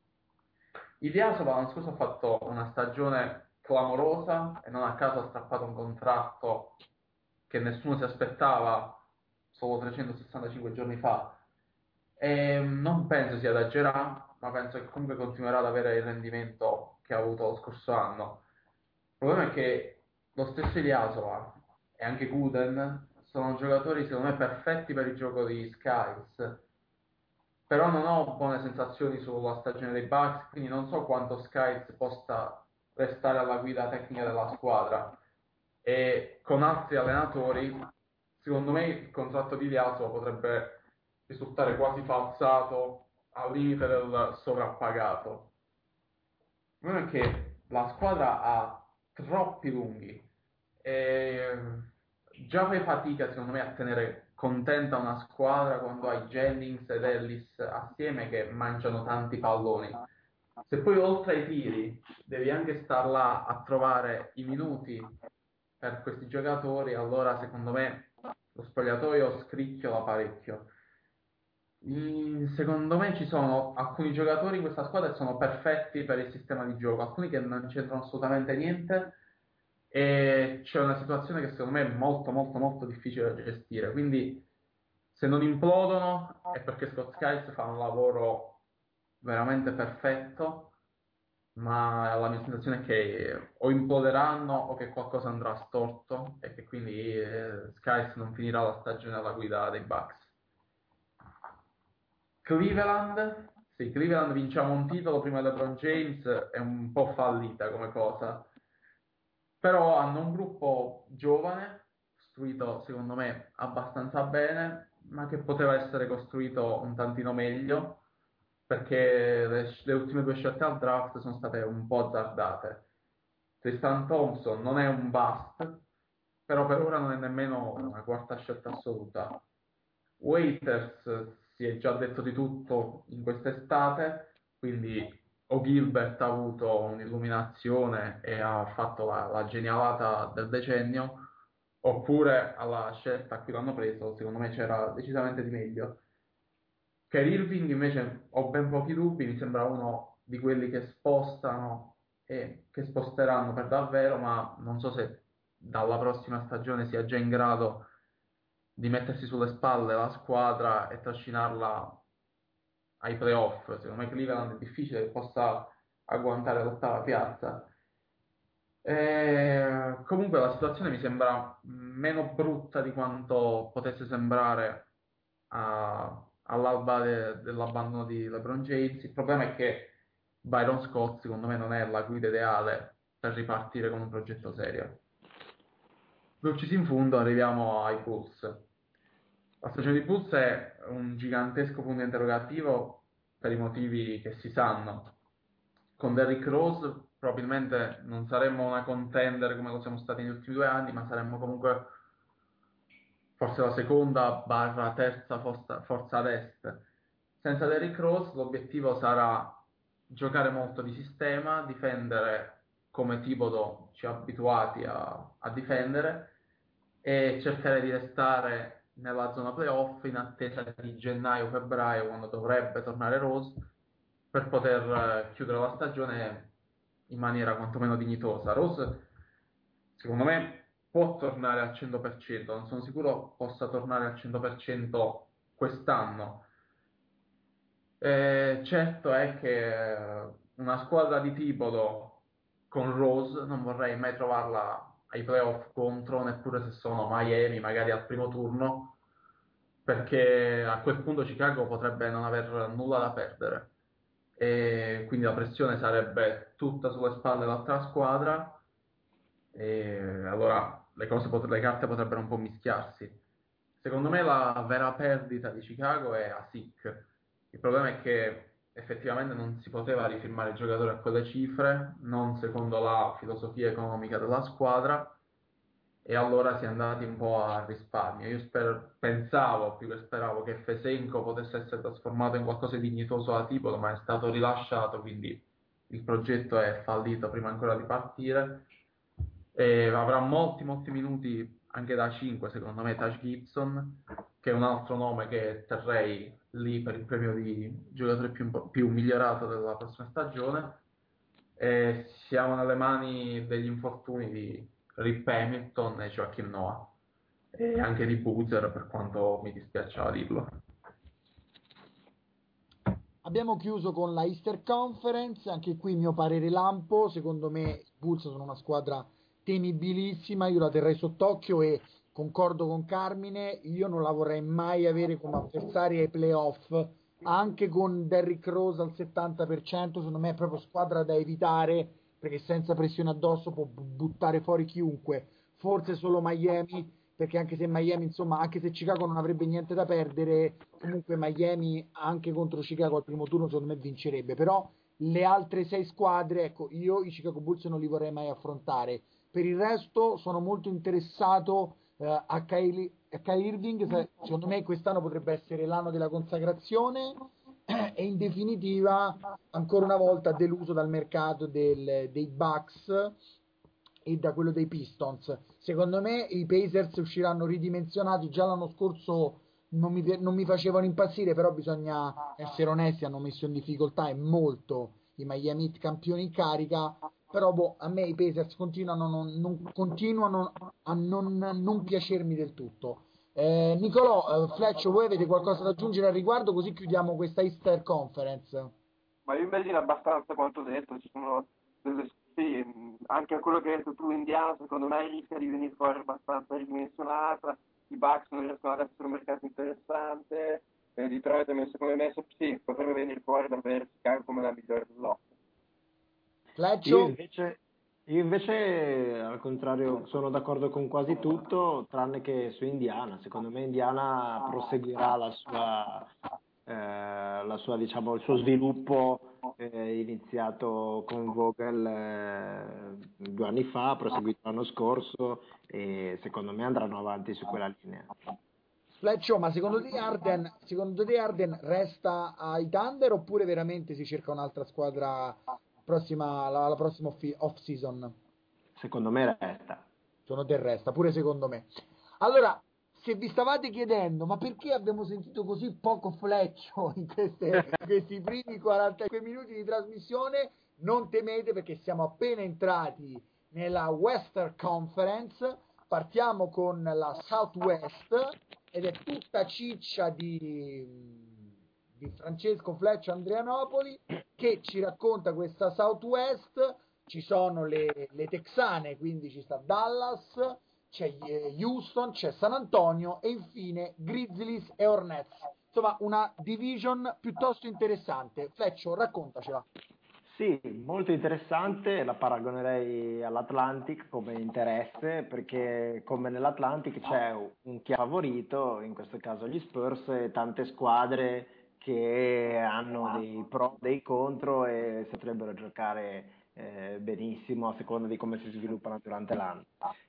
Ilyasova l'anno scorso ha fatto una stagione clamorosa e non a caso ha strappato un contratto che nessuno si aspettava solo trecentosessantacinque giorni fa. E non penso sia da Gerard, ma penso che comunque continuerà ad avere il rendimento che ha avuto lo scorso anno. Il problema è che lo stesso Ilyasova e anche Gooden sono giocatori secondo me perfetti per il gioco di Skiles, però non ho buone sensazioni sulla stagione dei Bucks, quindi non so quanto Skiles possa restare alla guida tecnica della squadra. E con altri allenatori, secondo me il contratto di Ilyasova potrebbe risultare quasi falsato, al limite del sovrappagato. Il problema è che la squadra ha troppi lunghi e già fai fatica secondo me a tenere contenta una squadra quando hai Jennings ed Ellis assieme che mangiano tanti palloni. Se poi oltre ai tiri devi anche star là a trovare i minuti per questi giocatori, allora secondo me lo spogliatoio scricchiola parecchio. Mm, Secondo me ci sono alcuni giocatori in questa squadra che sono perfetti per il sistema di gioco, alcuni che non c'entrano assolutamente niente e c'è una situazione che secondo me è molto molto molto difficile da gestire. Quindi se non implodono è perché Scott Skiles fa un lavoro veramente perfetto, ma la mia sensazione è che o imploderanno o che qualcosa andrà storto e che quindi eh, Skiles non finirà la stagione alla guida dei Bucks. Cleveland, sì, Cleveland vinciamo un titolo prima di LeBron James, è un po' fallita come cosa, però hanno un gruppo giovane, costruito secondo me abbastanza bene, ma che poteva essere costruito un tantino meglio, perché le, le ultime due scelte al draft sono state un po' azzardate. Tristan Thompson non è un bust, però per ora non è nemmeno una quarta scelta assoluta. Waiters si è già detto di tutto in quest'estate, quindi o Gilbert ha avuto un'illuminazione e ha fatto la, la genialata del decennio, oppure alla scelta a cui l'hanno preso, secondo me c'era decisamente di meglio. Kyrie Irving invece ho ben pochi dubbi, mi sembra uno di quelli che spostano e che sposteranno per davvero, ma non so se dalla prossima stagione sia già in grado di mettersi sulle spalle la squadra e trascinarla ai playoff. Secondo me Cleveland è difficile che possa agguantare l'ottava piazza. E comunque la situazione mi sembra meno brutta di quanto potesse sembrare a- all'alba de- dell'abbandono di LeBron James. Il problema è che Byron Scott secondo me non è la guida ideale per ripartire con un progetto serio. Lucis in fondo arriviamo ai Bulls. La stagione di Bulls è un gigantesco punto interrogativo per i motivi che si sanno. Con Derrick Rose probabilmente non saremmo una contender come lo siamo stati negli ultimi due anni, ma saremmo comunque forse la seconda barra terza forza, forza ad est. Senza Derrick Rose l'obiettivo sarà giocare molto di sistema, difendere come Thibodeau ci ha abituati a, a difendere e cercare di restare nella zona playoff in attesa di gennaio-febbraio, quando dovrebbe tornare Rose, per poter eh, chiudere la stagione in maniera quantomeno dignitosa. Rose, secondo me, può tornare al cento per cento, non sono sicuro possa tornare al cento per cento quest'anno. Eh, certo è che eh, una squadra di Thibodeau con Rose non vorrei mai trovarla ai playoff contro, neppure se sono Miami, magari al primo turno, perché a quel punto Chicago potrebbe non aver nulla da perdere e quindi la pressione sarebbe tutta sulle spalle dell'altra squadra e allora le cose pot- le carte potrebbero un po' mischiarsi. Secondo me la vera perdita di Chicago è Asik. Il problema è che effettivamente non si poteva rifirmare il giocatore a quelle cifre, non secondo la filosofia economica della squadra, e allora si è andati un po' a risparmio. Io sper- pensavo, più che speravo, che Fesenko potesse essere trasformato in qualcosa di dignitoso a Tipolo, ma è stato rilasciato, quindi il progetto è fallito prima ancora di partire. E avrà molti molti minuti anche da cinque, secondo me, Taj Gibson, che è un altro nome che terrei lì per il premio di giocatore più, più migliorato della prossima stagione. E siamo nelle mani degli infortuni di Rip Hamilton e Joachim Noah e anche di Boozer, per quanto mi dispiaceva dirlo. Abbiamo chiuso con la Easter Conference, anche qui mio parere lampo, secondo me i Bulls sono una squadra temibilissima, io la terrei sott'occhio e concordo con Carmine, io non la vorrei mai avere come avversaria ai playoff, anche con Derrick Rose al settanta per cento, secondo me è proprio squadra da evitare, perché senza pressione addosso può bu- buttare fuori chiunque, forse solo Miami, perché anche se Miami, insomma, anche se Chicago non avrebbe niente da perdere, comunque Miami anche contro Chicago al primo turno secondo me vincerebbe, però le altre sei squadre, ecco, io i Chicago Bulls non li vorrei mai affrontare. Per il resto sono molto interessato eh, a, Kylie, a Kyrie Irving, se- secondo me quest'anno potrebbe essere l'anno della consacrazione e in definitiva ancora una volta deluso dal mercato del- dei Bucks e da quello dei Pistons. Secondo me i Pacers usciranno ridimensionati, già l'anno scorso non mi, pi- non mi facevano impazzire, però bisogna essere onesti, hanno messo in difficoltà e molto i Miami Heat campioni in carica, però boh, a me i Pacers continuano, non, non- continuano a non, non piacermi del tutto. Eh, Nicolò, eh, Fletch, voi avete qualcosa da aggiungere al riguardo? Così chiudiamo questa Easter Conference. Ma io immagino abbastanza quanto detto, ci sono delle, sì, mh, anche quello che hai detto tu, Indiana, secondo me rischia di venire fuori abbastanza ridimensionata, i Bucks non riescono ad essere un mercato interessante, eh, Detroit secondo me sì, potrebbe venire fuori davvero Chicago come la migliore dell'otto. Fleccio? Io invece, io invece, al contrario, sono d'accordo con quasi tutto, tranne che su Indiana. Secondo me Indiana proseguirà la sua, eh, la sua, diciamo, il suo sviluppo eh, iniziato con Vogel eh, due anni fa, proseguito l'anno scorso e secondo me andranno avanti su quella linea. Fleccio, ma secondo te Arden, secondo te Arden resta ai Thunder oppure veramente si cerca un'altra squadra prossima, la, la prossima off- off-season? Secondo me resta. Secondo te resta, pure secondo me. Allora, se vi stavate chiedendo, ma perché abbiamo sentito così poco Fleccio in, queste- in questi primi quarantacinque minuti di trasmissione, non temete perché siamo appena entrati nella Western Conference, partiamo con la Southwest ed è tutta ciccia di, di Francesco Fleccio Andrianopoli che ci racconta questa Southwest. Ci sono le, le texane, quindi ci sta Dallas, c'è eh, Houston, c'è San Antonio e infine Grizzlies e Hornets. Insomma, una division piuttosto interessante. Fleccio, raccontacela. Sì, molto interessante, la paragonerei all'Atlantic come interesse, perché come nell'Atlantic c'è un chiaro favorito, in questo caso gli Spurs, e tante squadre che hanno dei pro, dei contro e si potrebbero giocare eh, benissimo a seconda di come si sviluppano durante l'anno.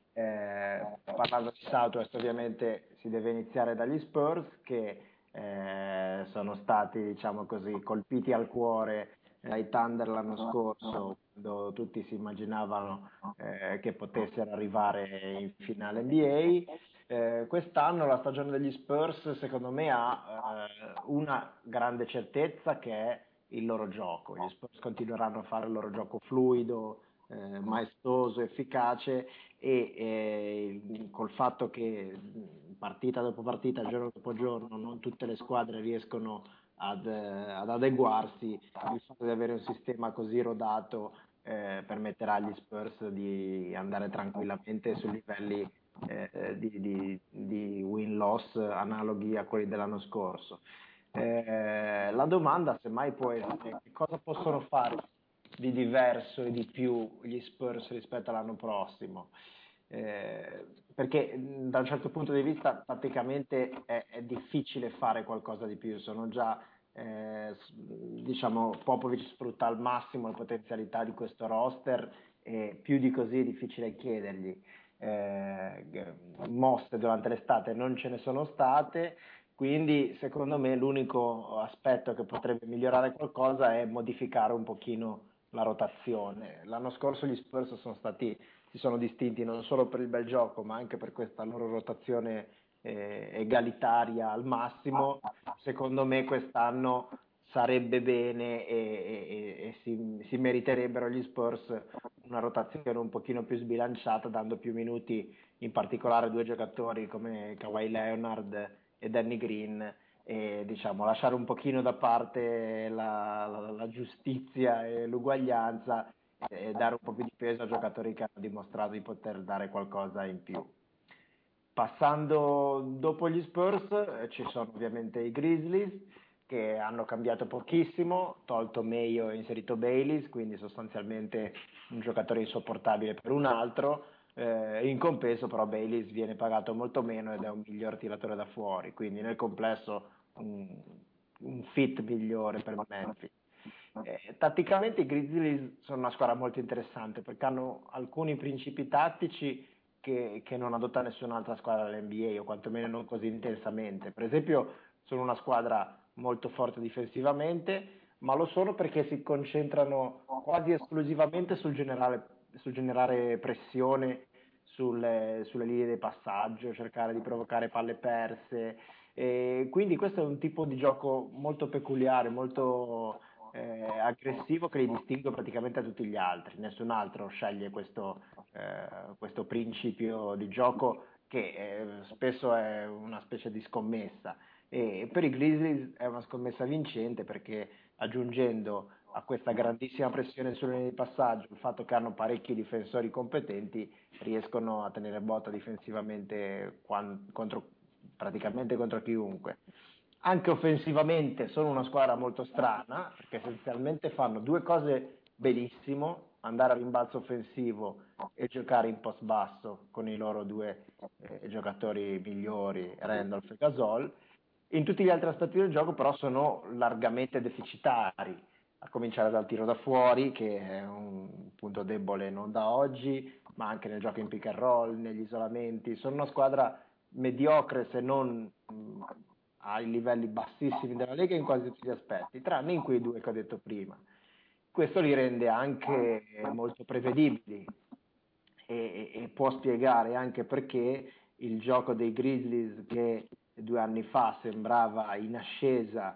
Eh, parlando di Southwest ovviamente si deve iniziare dagli Spurs che eh, sono stati, diciamo così, colpiti al cuore dai Thunder l'anno scorso, quando tutti si immaginavano eh, che potessero arrivare in finale N B A. Eh, quest'anno la stagione degli Spurs secondo me ha eh, una grande certezza, che è il loro gioco. Gli Spurs continueranno a fare il loro gioco fluido, eh, maestoso, efficace, e eh, col fatto che partita dopo partita, giorno dopo giorno, non tutte le squadre riescono ad, eh, ad adeguarsi, il fatto di avere un sistema così rodato eh, permetterà agli Spurs di andare tranquillamente su livelli eh, di, di, di win-loss analoghi a quelli dell'anno scorso. Eh, la domanda semmai può essere: che cosa possono fare di diverso e di più gli Spurs rispetto all'anno prossimo? Eh, perché mh, da un certo punto di vista tatticamente è, è difficile fare qualcosa di più, sono già eh, s- diciamo Popovic sfrutta al massimo le potenzialità di questo roster e più di così è difficile chiedergli. Eh, g- mosse durante l'estate non ce ne sono state, quindi secondo me l'unico aspetto che potrebbe migliorare qualcosa è modificare un pochino la rotazione. L'anno scorso gli Spurs sono stati, si sono distinti non solo per il bel gioco, ma anche per questa loro rotazione eh, egalitaria al massimo. Secondo me quest'anno sarebbe bene e, e- e si, si meriterebbero gli Spurs una rotazione un pochino più sbilanciata, dando più minuti in particolare a due giocatori come Kawhi Leonard e Danny Green, e diciamo lasciare un pochino da parte la, la- la giustizia e l'uguaglianza e dare un po' più di peso a giocatori che hanno dimostrato di poter dare qualcosa in più. Passando dopo gli Spurs eh, ci sono ovviamente i Grizzlies, che hanno cambiato pochissimo, tolto Mayo e inserito Bayliss, quindi sostanzialmente un giocatore insopportabile per un altro. Eh, in compenso però Bayliss viene pagato molto meno ed è un miglior tiratore da fuori, quindi nel complesso un, un fit migliore per Memphis. Eh, tatticamente i Grizzlies sono una squadra molto interessante perché hanno alcuni principi tattici che, che non adotta nessun'altra squadra dell'N B A, o quantomeno non così intensamente. Per esempio sono una squadra molto forte difensivamente, ma lo sono perché si concentrano quasi esclusivamente sul generare, sul generare pressione sulle, sulle linee di passaggio, cercare di provocare palle perse. E quindi questo è un tipo di gioco molto peculiare, molto eh, aggressivo, che li distingue praticamente da tutti gli altri. Nessun altro sceglie questo, eh, questo principio di gioco, che eh, spesso è una specie di scommessa. E per i Grizzlies è una scommessa vincente, perché aggiungendo a questa grandissima pressione sulle linee di passaggio il fatto che hanno parecchi difensori competenti, riescono a tenere botta difensivamente quan- contro, praticamente contro chiunque. Anche offensivamente sono una squadra molto strana, perché essenzialmente fanno due cose benissimo: andare a rimbalzo offensivo e giocare in post basso con i loro due eh, giocatori migliori, Randolph e Gasol. In tutti gli altri aspetti del gioco però sono largamente deficitari, a cominciare dal tiro da fuori, che è un punto debole non da oggi, ma anche nel gioco in pick and roll, negli isolamenti. Sono una squadra mediocre, se non mh, ai livelli bassissimi della Lega in quasi tutti gli aspetti, tranne in quei due che ho detto prima. Questo li rende anche molto prevedibili e, e può spiegare anche perché il gioco dei Grizzlies, che due anni fa sembrava in ascesa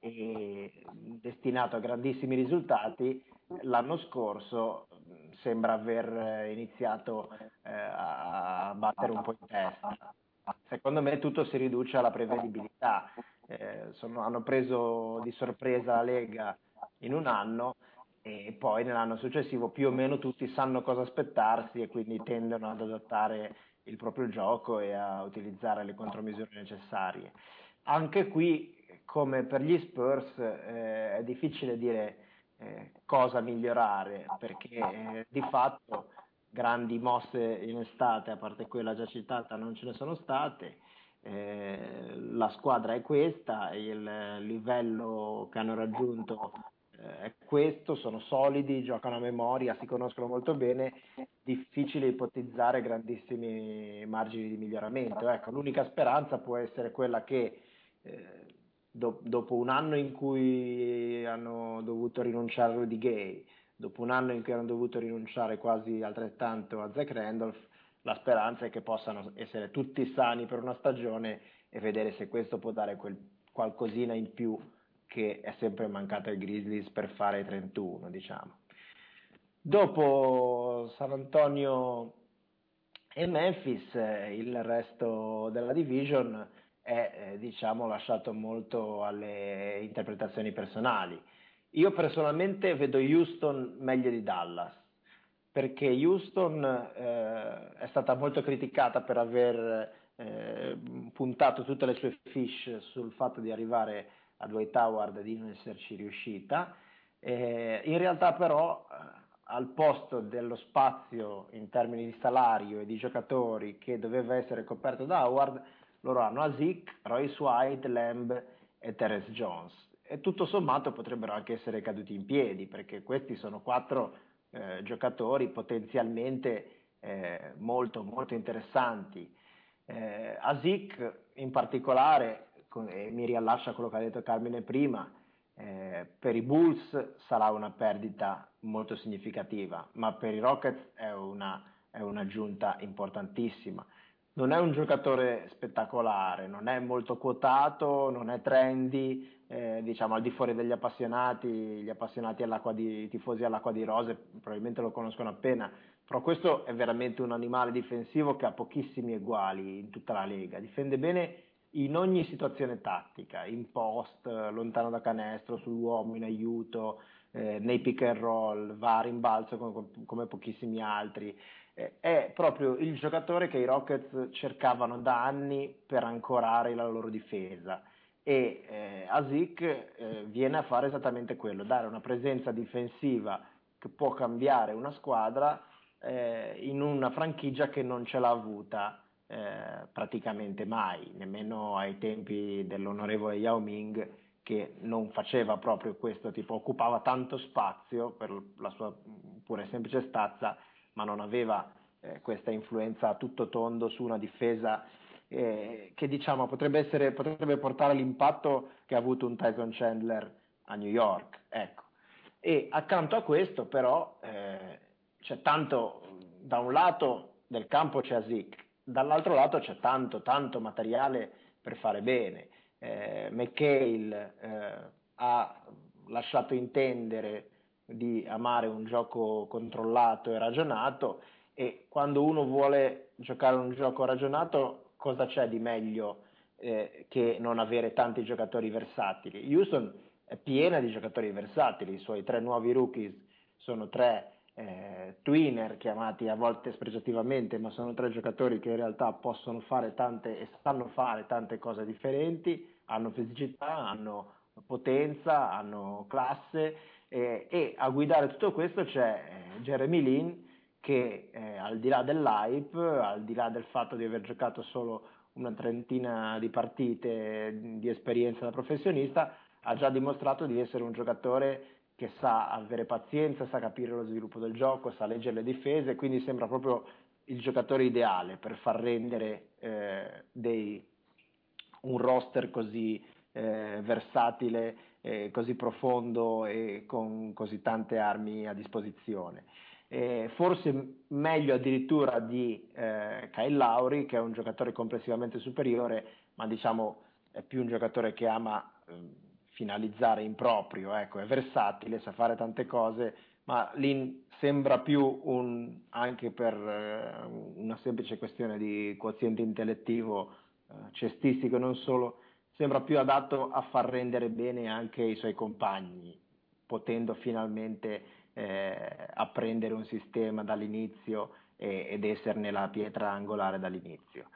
e destinato a grandissimi risultati, l'anno scorso sembra aver iniziato eh, a battere un po' in testa. Secondo me tutto si riduce alla prevedibilità. Eh, sono, hanno preso di sorpresa la Lega in un anno, e poi nell'anno successivo più o meno tutti sanno cosa aspettarsi e quindi tendono ad adattare il proprio gioco e a utilizzare le contromisure necessarie. Anche qui, come per gli Spurs, eh, è difficile dire eh, cosa migliorare, perché eh, di fatto grandi mosse in estate, a parte quella già citata, non ce ne sono state. Eh, la squadra è questa, il livello che hanno raggiunto eh, è questo, sono solidi, giocano a memoria, si conoscono molto bene, difficile ipotizzare grandissimi margini di miglioramento. Ecco, l'unica speranza può essere quella che eh, do- dopo un anno in cui hanno dovuto rinunciare a Rudy Gay, dopo un anno in cui hanno dovuto rinunciare quasi altrettanto a Zach Randolph, la speranza è che possano essere tutti sani per una stagione e vedere se questo può dare quel qualcosina in più che è sempre mancato ai Grizzlies per fare i trentuno, diciamo. Dopo San Antonio e Memphis, eh, il resto della division è eh, diciamo lasciato molto alle interpretazioni personali. Io personalmente vedo Houston meglio di Dallas, perché Houston eh, è stata molto criticata per aver eh, puntato tutte le sue fish sul fatto di arrivare a Dwight Howard e di non esserci riuscita. Eh, in realtà però eh, al posto dello spazio in termini di salario e di giocatori che doveva essere coperto da Howard, loro hanno Azik, Royce White, Lamb e Terrence Jones. E tutto sommato potrebbero anche essere caduti in piedi, perché questi sono quattro eh, giocatori potenzialmente eh, molto, molto interessanti. Eh, Azik in particolare, e mi riallaccia a quello che ha detto Carmine prima, eh, per i Bulls sarà una perdita molto significativa, ma per i Rockets è una, è un'aggiunta importantissima. Non è un giocatore spettacolare, non è molto quotato, non è trendy, eh, diciamo al di fuori degli appassionati, gli appassionati all'acqua di, i tifosi all'acqua di rose probabilmente lo conoscono appena, però questo è veramente un animale difensivo che ha pochissimi eguali in tutta la Lega, difende bene in ogni situazione tattica, in post, lontano da canestro, sull'uomo, in aiuto, eh, nei pick and roll, va a rimbalzo come, come pochissimi altri. Eh, è proprio il giocatore che i Rockets cercavano da anni per ancorare la loro difesa e eh, Azik eh, viene a fare esattamente quello, dare una presenza difensiva che può cambiare una squadra eh, in una franchigia che non ce l'ha avuta Eh, praticamente mai, nemmeno ai tempi dell'onorevole Yao Ming, che non faceva proprio questo tipo, occupava tanto spazio per la sua pure semplice stazza, ma non aveva eh, questa influenza a tutto tondo su una difesa eh, che diciamo potrebbe, essere, potrebbe portare l'impatto che ha avuto un Tyson Chandler a New York, ecco. E accanto a questo però eh, c'è tanto, da un lato del campo c'è Azik, dall'altro lato c'è tanto, tanto materiale per fare bene. Eh, McHale eh, ha lasciato intendere di amare un gioco controllato e ragionato e quando uno vuole giocare un gioco ragionato cosa c'è di meglio eh, che non avere tanti giocatori versatili? Houston è piena di giocatori versatili, i suoi tre nuovi rookies sono tre Eh, twinner chiamati a volte spregiativamente, ma sono tre giocatori che in realtà possono fare tante e sanno fare tante cose differenti, hanno fisicità, hanno potenza, hanno classe eh, e a guidare tutto questo c'è eh, Jeremy Lin che eh, al di là dell'hype, al di là del fatto di aver giocato solo una trentina di partite di esperienza da professionista, ha già dimostrato di essere un giocatore che sa avere pazienza, sa capire lo sviluppo del gioco, sa leggere le difese, quindi sembra proprio il giocatore ideale per far rendere eh, dei, un roster così eh, versatile, eh, così profondo e con così tante armi a disposizione. Eh, forse meglio addirittura di eh, Kyle Lowry, che è un giocatore complessivamente superiore, ma diciamo è più un giocatore che ama eh, finalizzare in proprio, ecco, è versatile, sa fare tante cose, ma lì sembra più un, anche per eh, una semplice questione di quoziente intellettivo, eh, cestistico non solo, sembra più adatto a far rendere bene anche i suoi compagni, potendo finalmente eh, apprendere un sistema dall'inizio e, ed esserne la pietra angolare dall'inizio.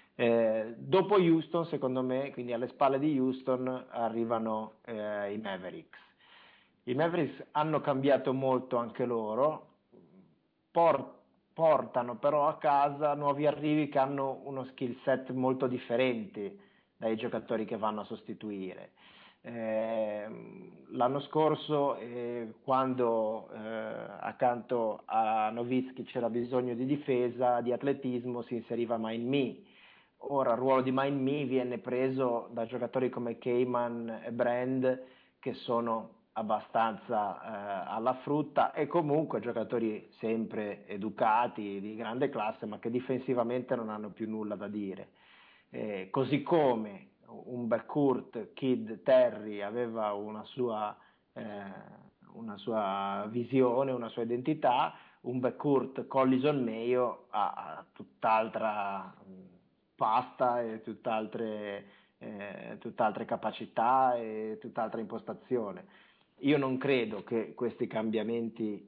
Eh, dopo Houston, secondo me, quindi alle spalle di Houston, arrivano eh, i Mavericks. I Mavericks hanno cambiato molto anche loro, por- portano però a casa nuovi arrivi che hanno uno skill set molto differente dai giocatori che vanno a sostituire. Eh, l'anno scorso, eh, quando eh, accanto a Nowitzki c'era bisogno di difesa, di atletismo, si inseriva Mind Me. Ora il ruolo di Mind Me viene preso da giocatori come Cayman e Brand, che sono abbastanza eh, alla frutta, e comunque giocatori sempre educati, di grande classe, ma che difensivamente non hanno più nulla da dire. Eh, così come un backcourt, Kidd, Terry aveva una sua, eh, una sua visione, una sua identità, un backcourt Collison Mayo ha, ha tutt'altra pasta e tutt'altre, eh, tutt'altre capacità e tutt'altra impostazione. Io non credo che questi cambiamenti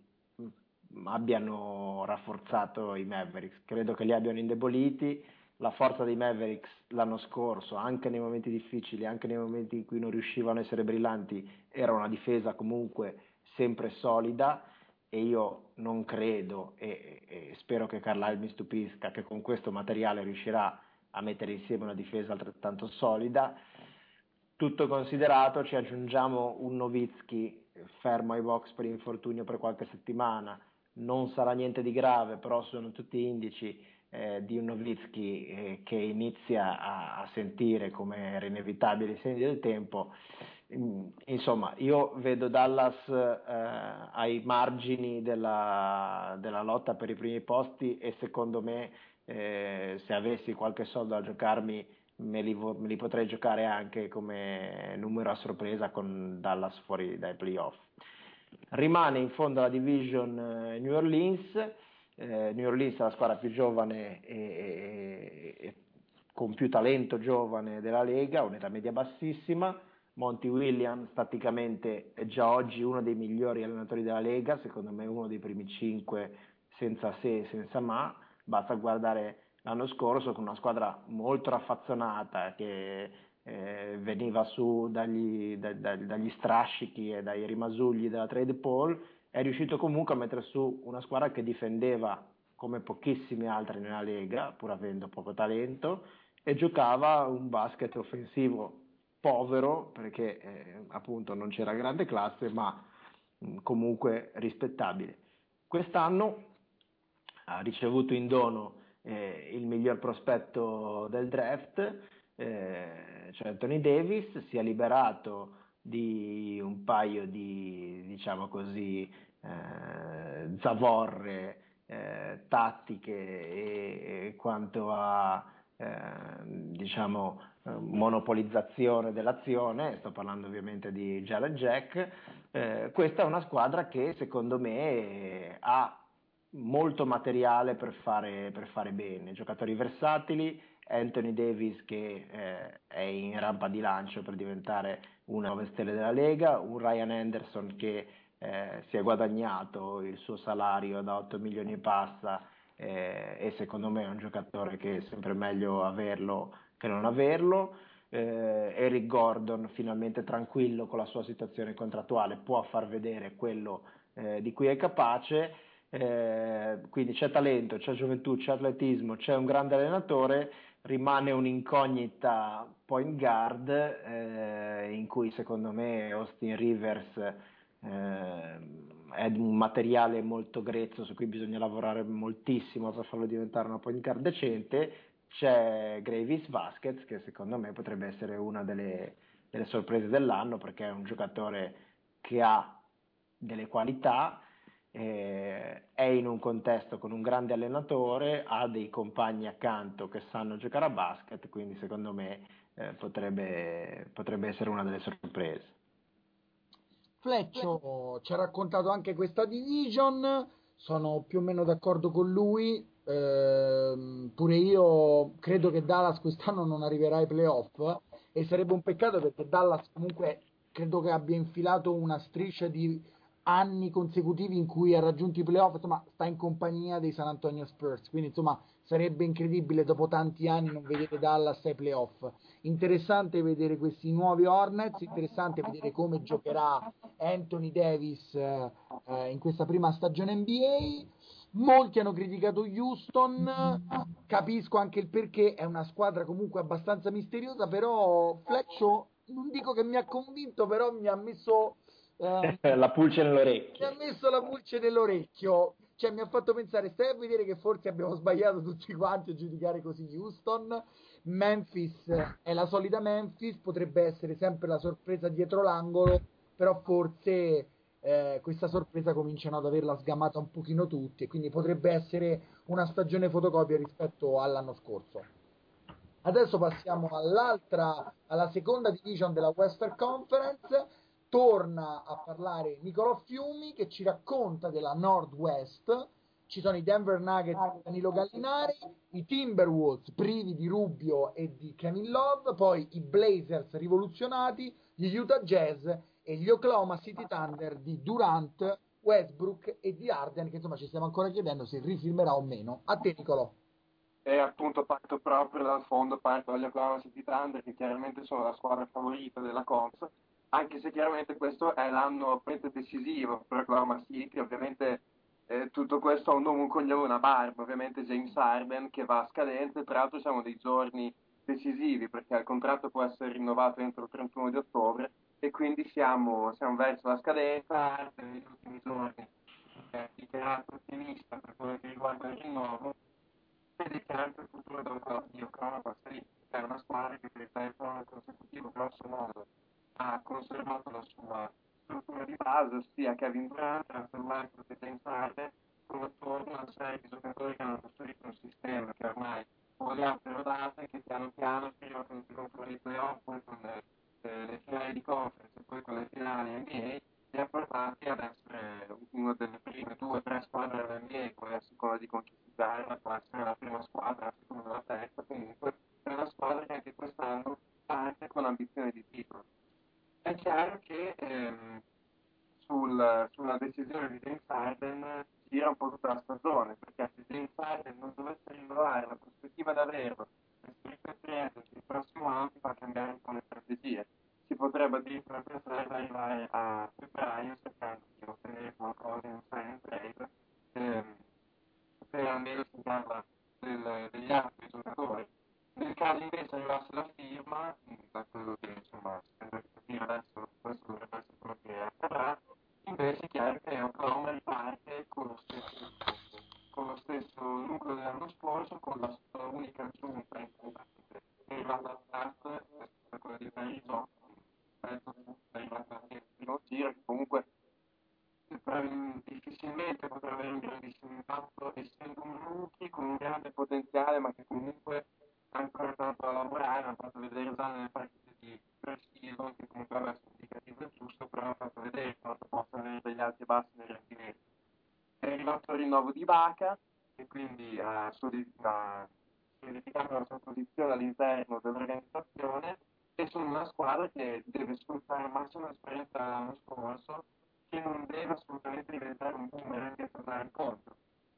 abbiano rafforzato i Mavericks, credo che li abbiano indeboliti. La forza dei Mavericks l'anno scorso, anche nei momenti difficili, anche nei momenti in cui non riuscivano a essere brillanti, era una difesa comunque sempre solida, e io non credo, e, e spero che Carlisle mi stupisca, che con questo materiale riuscirà a mettere insieme una difesa altrettanto solida. Tutto considerato, ci aggiungiamo un Nowitzki fermo ai box per infortunio per qualche settimana, non sarà niente di grave, però sono tutti indici eh, di un Nowitzki eh, che inizia a, a sentire, come era inevitabile, i segni del tempo. Insomma, io vedo Dallas eh, ai margini della, della lotta per i primi posti, e secondo me eh, se avessi qualche soldo a giocarmi me li, me li potrei giocare anche come numero a sorpresa con Dallas fuori dai playoff. Rimane in fondo alla division eh, New Orleans. eh, New Orleans è la squadra più giovane e, e, e con più talento giovane della Lega, un'età media bassissima. Monty Williams staticamente è già oggi uno dei migliori allenatori della Lega, secondo me uno dei primi cinque senza se e senza ma. Basta guardare l'anno scorso con una squadra molto raffazzonata che eh, veniva su dagli, da, da, dagli strascichi e dai rimasugli della trade pool, è riuscito comunque a mettere su una squadra che difendeva come pochissimi altri nella Lega, pur avendo poco talento, e giocava un basket offensivo povero, perché eh, appunto non c'era grande classe, ma mh, comunque rispettabile. Quest'anno ha ricevuto in dono eh, il miglior prospetto del draft, eh, cioè Anthony Davis. Si è liberato di un paio di, diciamo così, eh, zavorre eh, tattiche e, e quanto a eh, diciamo eh, monopolizzazione dell'azione. Sto parlando ovviamente di Jalen Jack. Eh, questa è una squadra che secondo me ha molto materiale per fare, per fare bene, giocatori versatili, Anthony Davis che eh, è in rampa di lancio per diventare una delle nuove stelle della Lega, un Ryan Anderson che eh, si è guadagnato il suo salario da otto milioni e passa, eh, e secondo me è un giocatore che è sempre meglio averlo che non averlo. eh, Eric Gordon finalmente tranquillo con la sua situazione contrattuale, può far vedere quello eh, di cui è capace. Eh, quindi c'è talento, c'è gioventù, c'è atletismo, c'è un grande allenatore. Rimane un'incognita point guard eh, in cui secondo me Austin Rivers eh, è un materiale molto grezzo su cui bisogna lavorare moltissimo per farlo diventare una point guard decente. C'è Gravis Vasquez che secondo me potrebbe essere una delle, delle sorprese dell'anno, perché è un giocatore che ha delle qualità, eh, è in un contesto con un grande allenatore, ha dei compagni accanto che sanno giocare a basket, quindi secondo me eh, potrebbe, potrebbe essere una delle sorprese. Fleccio ci ha raccontato anche questa division, sono più o meno d'accordo con lui, ehm, pure io credo che Dallas quest'anno non arriverà ai playoff, e sarebbe un peccato perché Dallas comunque credo che abbia infilato una striscia di anni consecutivi in cui ha raggiunto i playoff, insomma sta in compagnia dei San Antonio Spurs, quindi insomma sarebbe incredibile dopo tanti anni non vedere Dallas ai playoff. Interessante vedere questi nuovi Hornets, interessante vedere come giocherà Anthony Davis eh, eh, in questa prima stagione N B A. Molti hanno criticato Houston, capisco anche il perché, è una squadra comunque abbastanza misteriosa, però Fleccio non dico che mi ha convinto, però mi ha messo eh, La pulce mi nell'orecchio. ha messo la pulce nell'orecchio, cioè mi ha fatto pensare, stai a vedere che forse abbiamo sbagliato tutti quanti a giudicare così Houston. Memphis è la solita Memphis, potrebbe essere sempre la sorpresa dietro l'angolo, però forse eh, questa sorpresa cominciano ad averla sgamata un pochino tutti e quindi potrebbe essere una stagione fotocopia rispetto all'anno scorso. Adesso passiamo all'altra, alla seconda division della Western Conference. Torna a parlare Nicolò Fiumi che ci racconta della Northwest. Ci sono i Denver Nuggets di Danilo Gallinari, i Timberwolves privi di Rubio e di Kevin Love, poi i Blazers rivoluzionati, gli Utah Jazz e gli Oklahoma City Thunder di Durant, Westbrook e di Harden, che insomma ci stiamo ancora chiedendo se rifilmerà o meno. A te Nicolò. E appunto parto proprio dal fondo, parto dagli Oklahoma City Thunder, che chiaramente sono la squadra favorita della conference, anche se chiaramente questo è l'anno decisivo per Oklahoma City. Ovviamente eh, tutto questo ha un nome, un cognome, una barba, ovviamente James Harden che va a scadenza. Tra l'altro siamo dei giorni decisivi perché il contratto può essere rinnovato entro il trentuno di ottobre e quindi siamo, siamo verso la scadenza. Harden negli ultimi giorni è dichiarato ottimista per quello che riguarda il rinnovo ed è chiaro che il futuro di Oklahoma City è una squadra che per il terzo anno consecutivo grosso modo ha conservato la sua struttura di base, ossia Kevin Durant, Russell Westbrook e James Harden, con attorno una serie di giocatori che hanno costruito un sistema che ormai vogliamo rodate e che piano piano prima con i confronti playoff, poi con le, eh, le finali di conference e poi con le finali N B A li ha portati ad essere una delle prime due o tre squadre dell'N B A, poi a seconda di con chi si gara può essere la prima squadra, la seconda la terza, comunque è una squadra che anche quest'anno parte con ambizione di titolo. È chiaro che ehm, sul, sulla decisione di James Harden gira un po' tutta la stagione, perché se James Harden non dovesse rinnovare la prospettiva di averlo restricted free agency il prossimo anno si fa cambiare un po' le strategie. Si potrebbe addirittura pensare di arrivare a febbraio cercando di ottenere qualcosa in un sign and trade ehm, per almeno si parla del, degli altri giocatori. Nel caso invece arrivasse la firma, da quello che insomma sembra capire adesso, questo dovrebbe essere quello che accadrà, invece è chiaro che Oklahoma riparte con lo stesso, con lo stesso nucleo dell'anno scorso, con la sua unica aggiunta importante che è arrivata al draft, è stata quella di Barry Johnson, è arrivata nel primo giro, che comunque difficilmente potrà avere un grandissimo impatto essendo un rookie con un grande potenziale ma che comunque ha ancora tanto da lavorare. Ha fatto vedere già nelle partite di pre-season che comunque aveva il indicativo giusto, però ha fatto vedere quanto possa avere degli alti e bassi nei rendimenti. È arrivato il rinnovo di Baca e quindi ha solidificato la sua posizione all'interno dell'organizzazione e sono una squadra che deve sfruttare al massimo l'esperienza dell'anno scorso, che non deve assolutamente diventare un boomerang e tornare contro.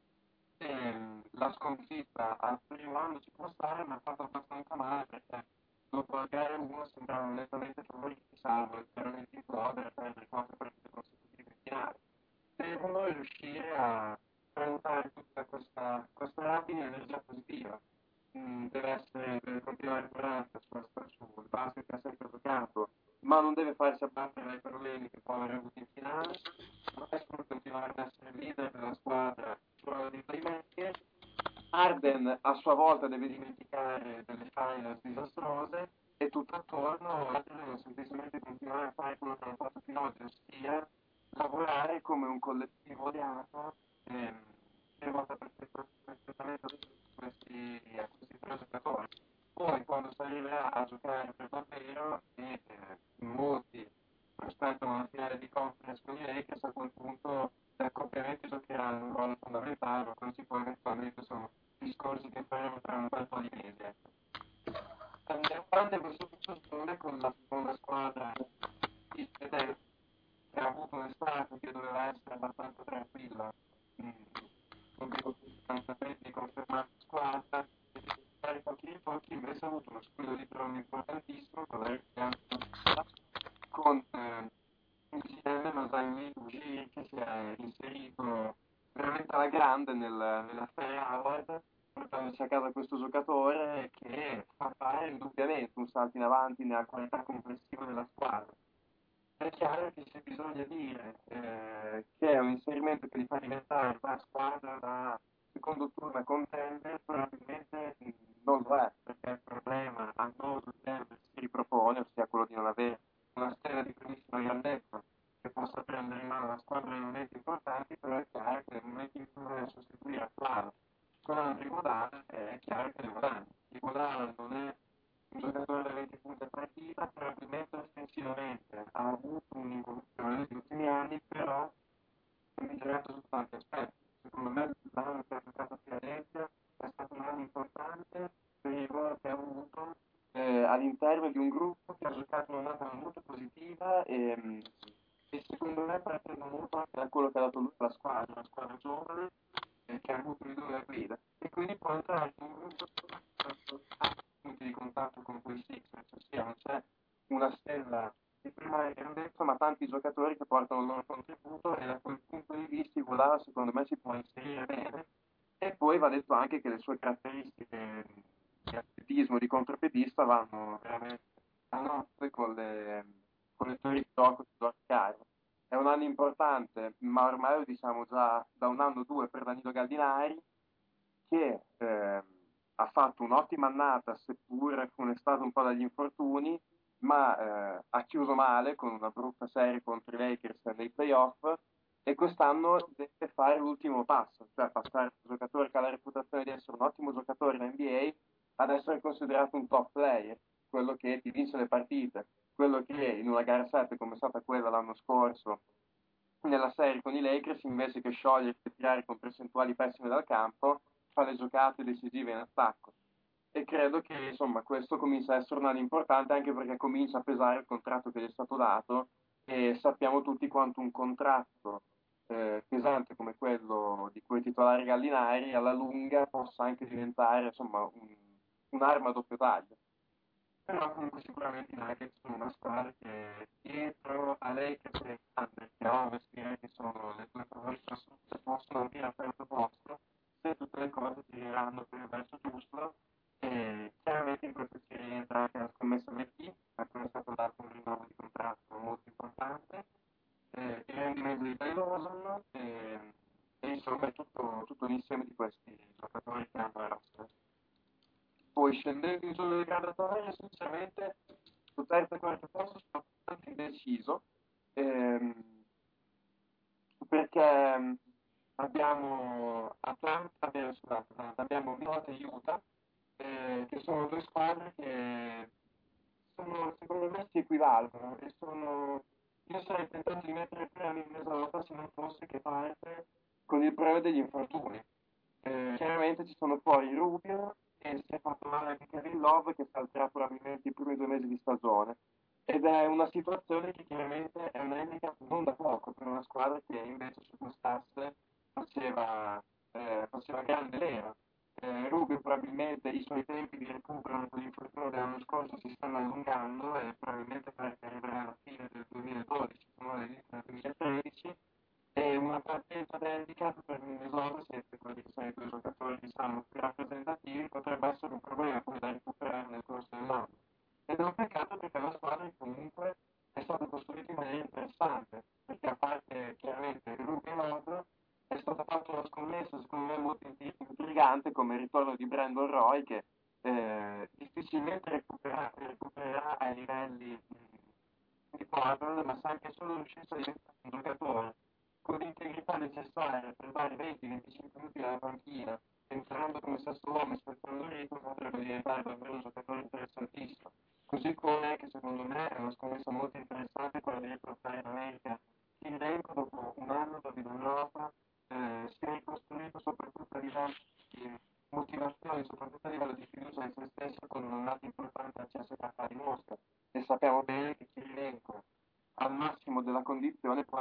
E la sconfitta al primo anno ci può stare, ma è fatto abbastanza male perché dopo la gara uno sembravano nettamente favoriti, salvo letteralmente implodere per le quattro partite consecutive in finale. Devono riuscire a prenotare tutta questa, questa rapida energia positiva. Mm, deve essere, deve continuare Durant sul basket che ha sempre giocato, ma non deve farsi abbattere dai problemi che può aver avuto in finale. Westbrook continuare ad essere il leader della squadra sul ruolo di playmaker. Harden a sua volta deve dimenticare delle finals disastrose e tutto attorno Harden deve semplicemente continuare a fare quello che hanno fatto fino ad oggi, ossia lavorare come un collettivo odiato e che vota perfettamente a questi, a questi tre giocatori. Poi quando si arriverà a giocare per davvero e eh, molti aspettano una finale di conference con i Lakers, a quel punto gli accoppiamenti giocheranno un ruolo fondamentale, ma questi poi eventualmente sono discorsi che faremo tra un bel po' di mesi. Ecco. Andiamo avanti a questo punto con la seconda squadra di Fedez, che ha avuto un'estate che doveva essere abbastanza tranquilla, mm, non dico di confermare la squadra, e di fare pochi ritorni, invece ha avuto uno scudo di trono importantissimo con la con eh, insieme Masai Ujiri che si è inserito veramente alla grande nel, nella Serie Howard, portandosi a casa questo giocatore che fa fare indubbiamente un salto in avanti nella qualità complessiva della squadra. È chiaro che se bisogna dire eh, che è un inserimento che li fa diventare una squadra da secondo turno a contender, probabilmente mh, non lo è, perché il problema a modo Denver si ripropone, ossia quello di non avere una stella di primissima grandezza che possa prendere in mano la squadra nei momenti importanti, però è chiaro che nel momento in cui vuole sostituire a Flava con Andri Godala è chiaro che non è. Di Godala non è un giocatore da venti punti a partita, probabilmente offensivamente ha avuto un'involuzione negli ultimi anni, però è migliorato su tanti aspetti. Secondo me l'anno che ha giocato a Filadelfia è stato un anno importante per il ruolo che ha avuto eh, all'interno di un gruppo che ha giocato un'annata molto positiva e, e secondo me partendo molto anche da quello che ha dato lui alla squadra, una squadra giovane eh, che ha avuto lui la guida e quindi può entrare in un gruppo ha punti di contatto con quei Sixers, ossia non c'è una stella di primaria grandezza ma tanti giocatori che portano il loro contributo e da quel punto di vista Iguodala secondo me si può inserire bene e poi va detto anche che le sue caratteristiche di atletismo, di contropiedista vanno veramente a nozze con le, con le teorie di gioco di George Karl. È un anno importante, ma ormai lo diciamo già da un anno o due per Danilo Gallinari, che eh, ha fatto un'ottima annata, seppur funestato un po' dagli infortuni, ma eh, ha chiuso male con una brutta serie contro i Lakers nei playoff e quest'anno deve fare l'ultimo passo, cioè passare da un giocatore che ha la reputazione di essere un ottimo giocatore in N B A ad essere considerato un top player, quello che ti vince le partite, quello che in una gara sette come è stata quella l'anno scorso nella serie con i Lakers invece che sciogliere e tirare con percentuali pessime dal campo fa le giocate decisive in attacco e credo che insomma questo comincia a essere un anno importante anche perché comincia a pesare il contratto che gli è stato dato e sappiamo tutti quanto un contratto eh, pesante come quello di cui è titolare Gallinari alla lunga possa anche diventare insomma un, un'arma a doppio taglio. Però comunque sicuramente i Nuggets sono una squadra che dietro a Lakers e Thunder, che a Ovest direi che sono le due favorite assolute, possono aprire al terzo posto se tutte le cose gireranno per il verso giusto e chiaramente in questo si rientra anche la scommessa M T, a cui è stato dato un rinnovo di contratto molto importante, eh, il rendimento di Ty Lawson e, e insomma è tutto, tutto un insieme di questi giocatori che hanno la roster. Poi scendendo in zona delle graduatorie, sinceramente, su terzo e quarto posto sono abbastanza indeciso, ehm, perché abbiamo Atlanta, abbiamo, scusate, Atlanta, abbiamo Minnesota e Utah, eh, che sono due squadre che sono, secondo me si equivalgono e sono, io sarei tentato di mettere prima Minnesota se non fosse che parte con il problema degli infortuni. Eh, chiaramente ci sono fuori Rubio e si è fatto male anche Kevin Love che salterà probabilmente i primi due mesi di stagione ed è una situazione che chiaramente è un handicap non da poco per una squadra che invece su quest'asse faceva, eh, faceva grande leva. Eh, Rubio probabilmente i suoi tempi di recupero con l'infortunio dell'anno scorso si stanno allungando e probabilmente perché arriverà alla fine del duemiladodici, sono all'inizio del duemilatredici e una partenza da handicap per Minnesota, siete quelli che sono i due giocatori diciamo più rappresentativi, potrebbe essere un problema poi da recuperare nel corso dell'anno. Ed è un peccato perché la squadra comunque è stata costruita in maniera interessante, perché a parte chiaramente il Rubio Love è stata fatta una scommessa secondo me molto intrigante come il ritorno di Brandon Roy che eh, difficilmente recupererà, recupererà ai livelli mh, di Portland, ma sa anche solo riuscire a diventare un giocatore con l'integrità necessaria per dare venti venticinque minuti dalla panchina, entrando come sesto uomo e spezzando il ritmo, potrebbe diventare davvero un giocatore interessantissimo. Così come, che secondo me è una scommessa molto interessante, quella di riportare in America Kirilenko dopo un anno dove in Europa eh, si è ricostruito soprattutto a livello di motivazione, soprattutto a livello di fiducia in se stesso con un'annata importante al C S K A di Mosca. E sappiamo bene che Kirilenko al massimo della condizione può essere ancora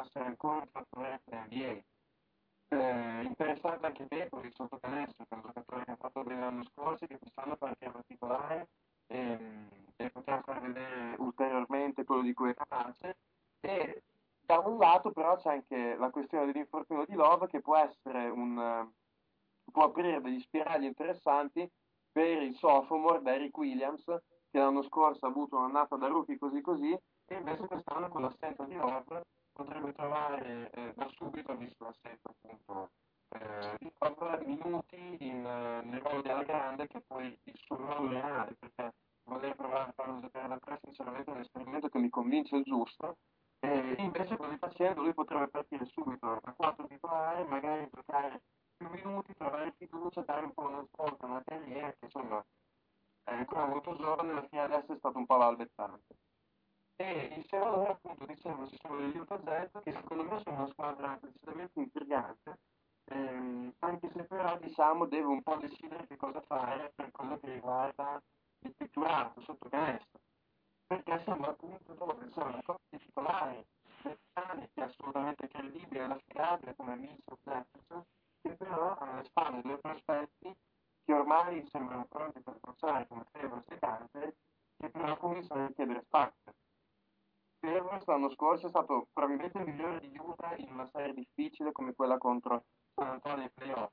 ancora un giocatore N B A. Eh, interessante anche Petri sotto canestro, che è un giocatore che ha fatto bene l'anno scorso e che quest'anno partirà titolare e, e potrà far vedere ulteriormente quello di cui è capace. E da un lato però c'è anche la questione dell'infortunio di Love, che può essere un può aprire degli spiragli interessanti per il sophomore Derrick Williams, che l'anno scorso ha avuto un'annata da rookie così così, e invece quest'anno con l'assenza di Love potrebbe trovare eh, da subito, visto l'assenza appunto eh, di Love, minuti in, eh, nel ruolo della grande, che poi il suo ruolo reale, perché voler provare a farlo giocare da tre sinceramente è un esperimento che mi convince il giusto. E invece così facendo lui potrebbe partire subito a quattro titolari, magari giocare più minuti, trovare fiducia, dare un po' uno svolto a una carriera che insomma è ancora molto giovane, alla fine adesso è stato un po' balbettante. E insieme a loro appunto dicevo ci sono gli Utah Jazz, che secondo me sono una squadra decisamente intrigante, ehm, anche se però diciamo deve un po' decidere che cosa fare per quello che riguarda il pitturato sotto canestro, perché siamo al punto dove sono la coppia titolare veterani, che è assolutamente credibile e affidabile come Mitchell Jefferson, che però hanno alle spalle due prospetti che ormai sembrano pronti per bruciare come Favors e Canter, che però cominciano a chiedere spazio. Favors l'anno scorso è stato probabilmente il migliore di Utah in una serie difficile come quella contro San Antonio ai playoff.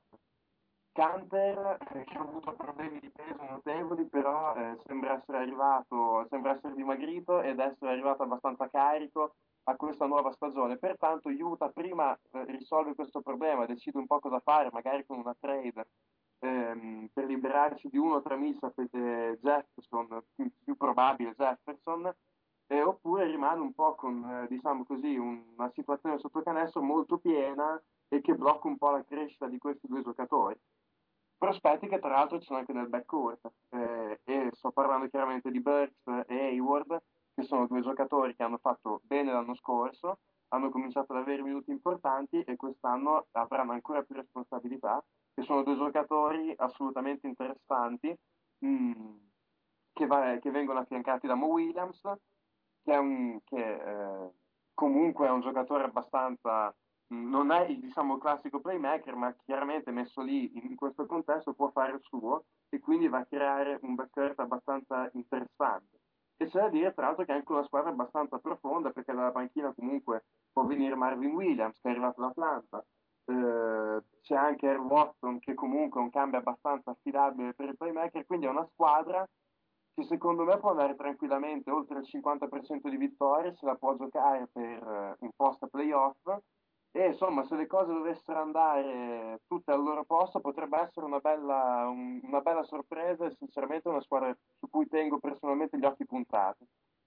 Canter, eh, che ha avuto problemi di peso notevoli, però eh, sembra essere arrivato, sembra essere dimagrito ed essere arrivato abbastanza carico a questa nuova stagione. Pertanto Utah prima eh, risolve questo problema, decide un po' cosa fare, magari con una trade ehm, per liberarsi di uno tra Millsap e Jefferson, più, più probabile Jefferson, eh, oppure rimane un po' con, eh, diciamo così, una situazione sotto canestro molto piena e che blocca un po' la crescita di questi due giocatori. Prospetti che tra l'altro ci sono anche nel backcourt, eh, e sto parlando chiaramente di Burks e Hayward, che sono due giocatori che hanno fatto bene l'anno scorso, hanno cominciato ad avere minuti importanti e quest'anno avranno ancora più responsabilità, che sono due giocatori assolutamente interessanti, mh, che, va, che vengono affiancati da Mo Williams, che, è un, che eh, comunque è un giocatore abbastanza, non è il diciamo, classico playmaker, ma chiaramente messo lì in questo contesto può fare il suo e quindi va a creare un backcourt abbastanza interessante. E c'è da dire tra l'altro che è anche una squadra abbastanza profonda, perché dalla panchina comunque può venire Marvin Williams, che è arrivato da Atlanta, eh, c'è anche Earl Watson, che comunque è un cambio abbastanza affidabile per il playmaker, quindi è una squadra che secondo me può andare tranquillamente oltre il cinquanta per cento di vittorie, se la può giocare per un post playoff, e insomma se le cose dovessero andare tutte al loro posto potrebbe essere una bella, un, una bella sorpresa e sinceramente una squadra su cui tengo personalmente gli occhi puntati.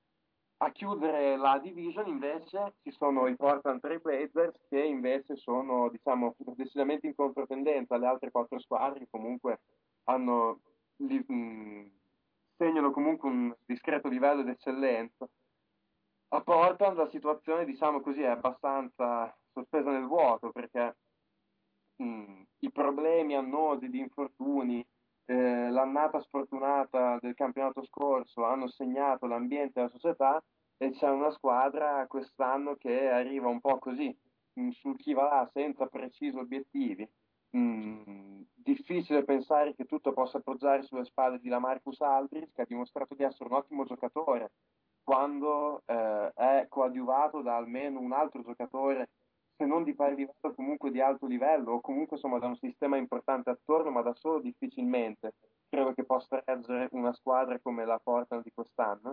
A chiudere la division invece ci sono i Portland Trail Blazers, che invece sono diciamo decisamente in controtendenza alle altre quattro squadre, che comunque hanno li, mh, segnano comunque un discreto livello di eccellenza. A Portland la situazione, diciamo così, è abbastanza sospesa nel vuoto, perché mh, i problemi annosi di infortuni, eh, l'annata sfortunata del campionato scorso hanno segnato l'ambiente e la società, e c'è una squadra quest'anno che arriva un po' così, mh, sul chi va là, senza precisi obiettivi. Mm, difficile pensare che tutto possa appoggiare sulle spalle di Lamarcus Aldridge, che ha dimostrato di essere un ottimo giocatore quando eh, è coadiuvato da almeno un altro giocatore, se non di pari livello, comunque di alto livello, o comunque insomma da un sistema importante attorno, ma da solo difficilmente credo che possa reggere una squadra come la Portland di quest'anno.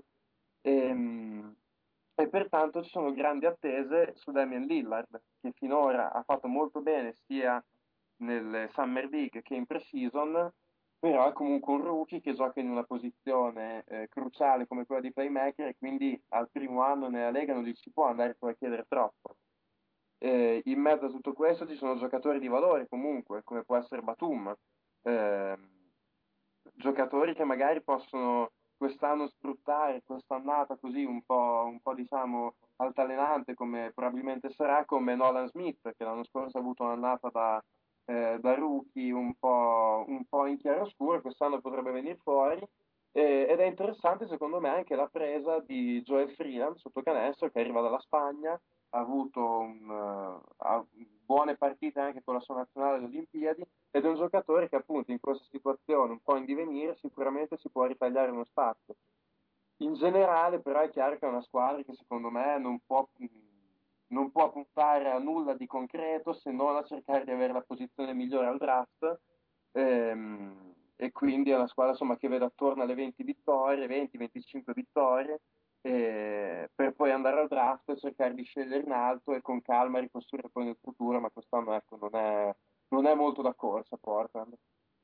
E, e pertanto ci sono grandi attese su Damian Lillard, che finora ha fatto molto bene sia nel Summer League che in pre-season, però è comunque un rookie che gioca in una posizione eh, cruciale come quella di playmaker, e quindi al primo anno nella Lega non gli si può andare poi a chiedere troppo. Eh, in mezzo a tutto questo ci sono giocatori di valore comunque, come può essere Batum, eh, giocatori che magari possono quest'anno sfruttare quest'annata così un po', un po' diciamo altalenante, come probabilmente sarà, come Nolan Smith, che l'anno scorso ha avuto un'annata da, eh, da rookie un po', un po' in chiaroscuro, quest'anno potrebbe venire fuori. Eh, ed è interessante secondo me anche la presa di Joel Freeland sotto canestro, che arriva dalla Spagna, ha avuto un, uh, ha buone partite anche con la sua nazionale alle Olimpiadi, ed è un giocatore che appunto in questa situazione un po' in divenire sicuramente si può ritagliare uno spazio. In generale però è chiaro che è una squadra che secondo me non può, non può puntare a nulla di concreto se non a cercare di avere la posizione migliore al draft, ehm, e quindi è una squadra insomma, che vede attorno alle venti vittorie, venti venticinque vittorie, eh, per poi andare al draft e cercare di scegliere in alto e con calma ricostruire poi nel futuro, ma quest'anno ecco, non è, non è molto da corsa Portland.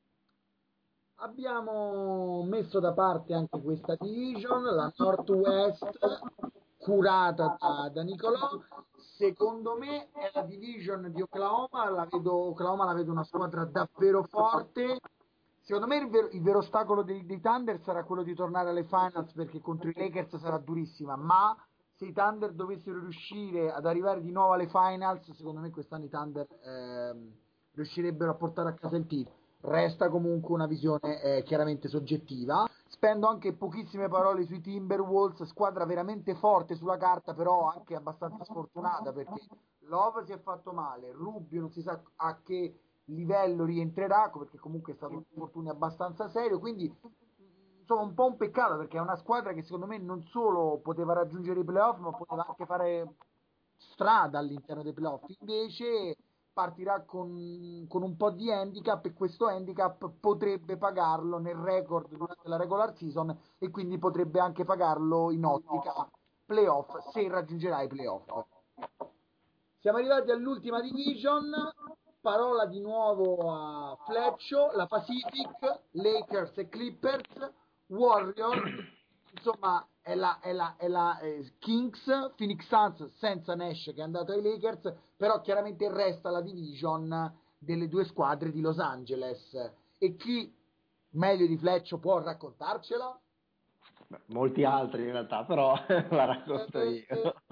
Abbiamo messo da parte anche questa division, la Northwest, curata da, da Nicolò. Secondo me è la division di Oklahoma, la vedo, Oklahoma la vedo una squadra davvero forte. Secondo me il vero, il vero ostacolo dei, dei Thunder sarà quello di tornare alle finals, perché contro i Lakers sarà durissima, ma se i Thunder dovessero riuscire ad arrivare di nuovo alle finals, secondo me quest'anno i Thunder ehm, riuscirebbero a portare a casa il titolo. Resta comunque una visione eh, chiaramente soggettiva. Spendo anche pochissime parole sui Timberwolves, squadra veramente forte sulla carta, però anche abbastanza sfortunata, perché Love si è fatto male, Rubio non si sa a che livello rientrerà, perché comunque è stato un infortunio abbastanza serio, quindi insomma un po' un peccato, perché è una squadra che secondo me non solo poteva raggiungere i playoff, ma poteva anche fare strada all'interno dei playoff. Invece partirà con, con un po' di handicap, e questo handicap potrebbe pagarlo nel record durante la regular season, e quindi potrebbe anche pagarlo in ottica playoff se raggiungerà i playoff. Siamo arrivati all'ultima division, parola di nuovo a Fleccio, la Pacific, Lakers e Clippers, Warriors, insomma è la, è la, è la eh, Kings, Phoenix Suns senza Nash che è andato ai Lakers, però chiaramente resta la division delle due squadre di Los Angeles. E chi meglio di Fleccio può raccontarcela? Beh, molti altri in realtà, però la racconto io.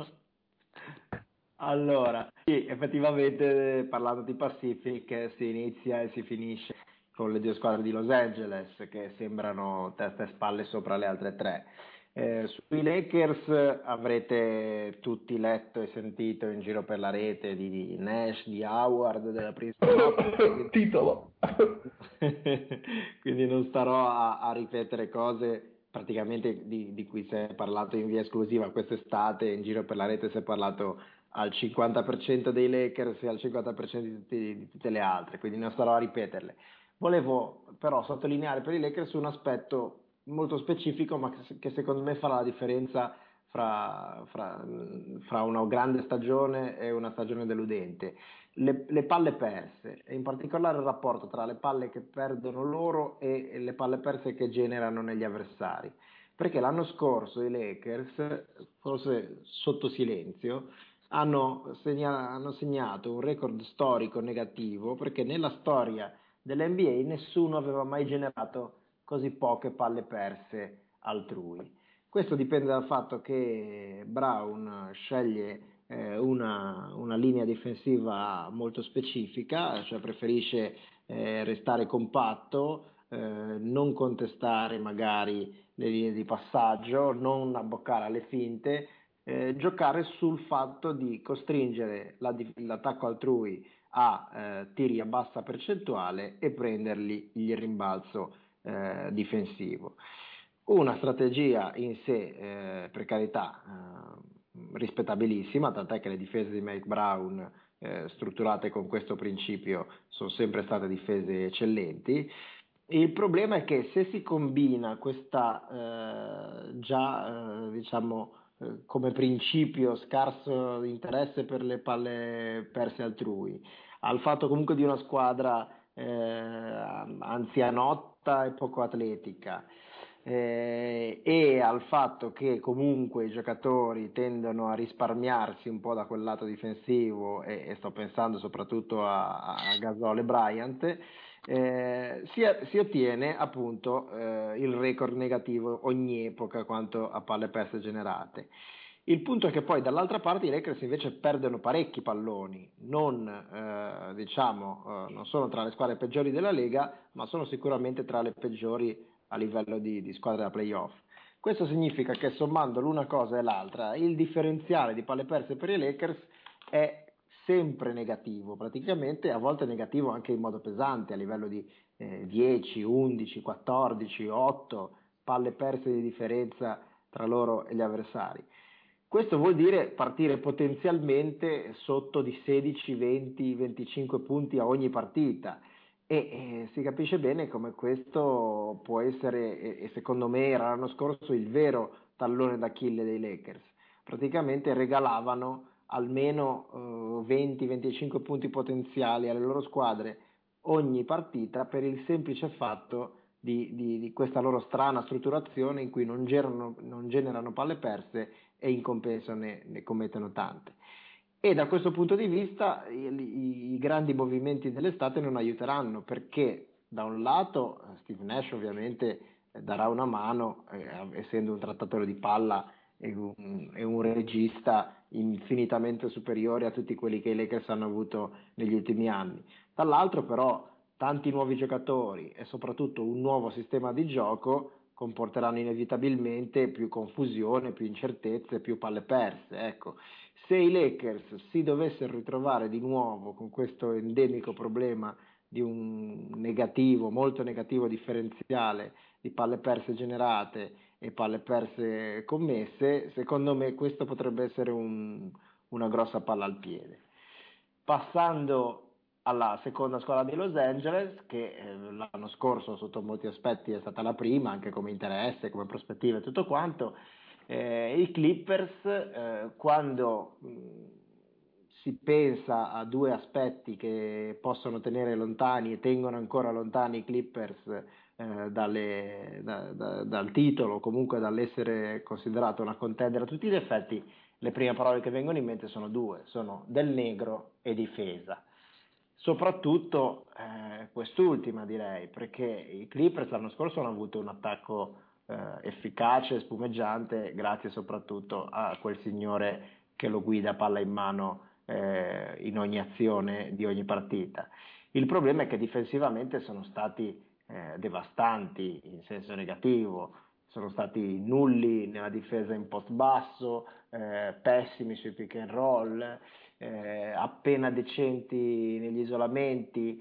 Allora, sì, effettivamente parlando di Pacific si inizia e si finisce con le due squadre di Los Angeles che sembrano testa e spalle sopra le altre tre. Eh, sui Lakers avrete tutti letto e sentito in giro per la rete di, di Nash, di Howard, della Princeton. Titolo. Quindi non starò a, a ripetere cose praticamente di, di cui si è parlato in via esclusiva quest'estate, in giro per la rete si è parlato al cinquanta per cento dei Lakers e al cinquanta per cento di, tutti, di tutte le altre, quindi non starò a ripeterle. Volevo però sottolineare per i Lakers un aspetto molto specifico, ma che, che secondo me farà la differenza fra, fra, fra una grande stagione e una stagione deludente. Le, le palle perse, e in particolare il rapporto tra le palle che perdono loro e le palle perse che generano negli avversari. Perché l'anno scorso i Lakers, forse sotto silenzio, hanno, segna- hanno segnato un record storico negativo, perché nella storia dell'N B A nessuno aveva mai generato così poche palle perse altrui. Questo dipende dal fatto che Brown sceglie eh, una, una linea difensiva molto specifica, cioè preferisce eh, restare compatto, eh, non contestare magari le linee di passaggio, non abboccare alle finte, eh, giocare sul fatto di costringere la, l'attacco altrui a eh, tiri a bassa percentuale e prendergli il rimbalzo eh, difensivo. Una strategia in sé, eh, per carità, eh, rispettabilissima, tant'è che le difese di Mike Brown eh, strutturate con questo principio sono sempre state difese eccellenti. Il problema è che se si combina questa eh, già eh, diciamo eh, come principio scarso interesse per le palle perse altrui, al fatto comunque di una squadra eh, anzianotta e poco atletica, eh, e al fatto che comunque i giocatori tendono a risparmiarsi un po' da quel lato difensivo, e, e sto pensando soprattutto a, a Gasol e Bryant, eh, si, si ottiene appunto eh, il record negativo ogni epoca quanto a palle perse generate. Il punto è che poi dall'altra parte i Lakers invece perdono parecchi palloni, non, eh, diciamo, eh, non sono tra le squadre peggiori della Lega, ma sono sicuramente tra le peggiori a livello di, di squadra da playoff. Questo significa che sommando l'una cosa e l'altra, il differenziale di palle perse per i Lakers è sempre negativo, praticamente a volte negativo anche in modo pesante, a livello di eh, dieci, undici, quattordici, otto palle perse di differenza tra loro e gli avversari. Questo vuol dire partire potenzialmente sotto di sedici, venti, venticinque punti a ogni partita. E eh, si capisce bene come questo può essere, e, e secondo me era l'anno scorso, il vero tallone d'Achille dei Lakers. Praticamente regalavano almeno eh, venti venticinque punti potenziali alle loro squadre ogni partita per il semplice fatto di, di, di questa loro strana strutturazione in cui non generano, non generano palle perse e in compenso ne, ne commettono tante. E da questo punto di vista i, i, i grandi movimenti dell'estate non aiuteranno, perché da un lato Steve Nash ovviamente darà una mano, eh, essendo un trattatore di palla e un, e un regista infinitamente superiore a tutti quelli che i Lakers hanno avuto negli ultimi anni. Dall'altro però tanti nuovi giocatori e soprattutto un nuovo sistema di gioco comporteranno inevitabilmente più confusione, più incertezze, più palle perse. Ecco, se i Lakers si dovessero ritrovare di nuovo con questo endemico problema di un negativo, molto negativo differenziale di palle perse generate e palle perse commesse, secondo me questo potrebbe essere un, una grossa palla al piede. Passando alla seconda squadra di Los Angeles, che eh, l'anno scorso sotto molti aspetti è stata la prima, anche come interesse, come prospettive e tutto quanto, eh, i Clippers, eh, quando mh, si pensa a due aspetti che possono tenere lontani e tengono ancora lontani i Clippers eh, dalle, da, da, dal titolo, o comunque dall'essere considerato una contender a tutti gli effetti, le prime parole che vengono in mente sono due, sono Del Negro e difesa. Soprattutto eh, quest'ultima direi, perché i Clippers l'anno scorso hanno avuto un attacco eh, efficace, spumeggiante, grazie soprattutto a quel signore che lo guida palla in mano eh, in ogni azione di ogni partita. Il problema è che difensivamente sono stati eh, devastanti in senso negativo, sono stati nulli nella difesa in post basso, eh, pessimi sui pick and roll, eh, appena decenti negli isolamenti.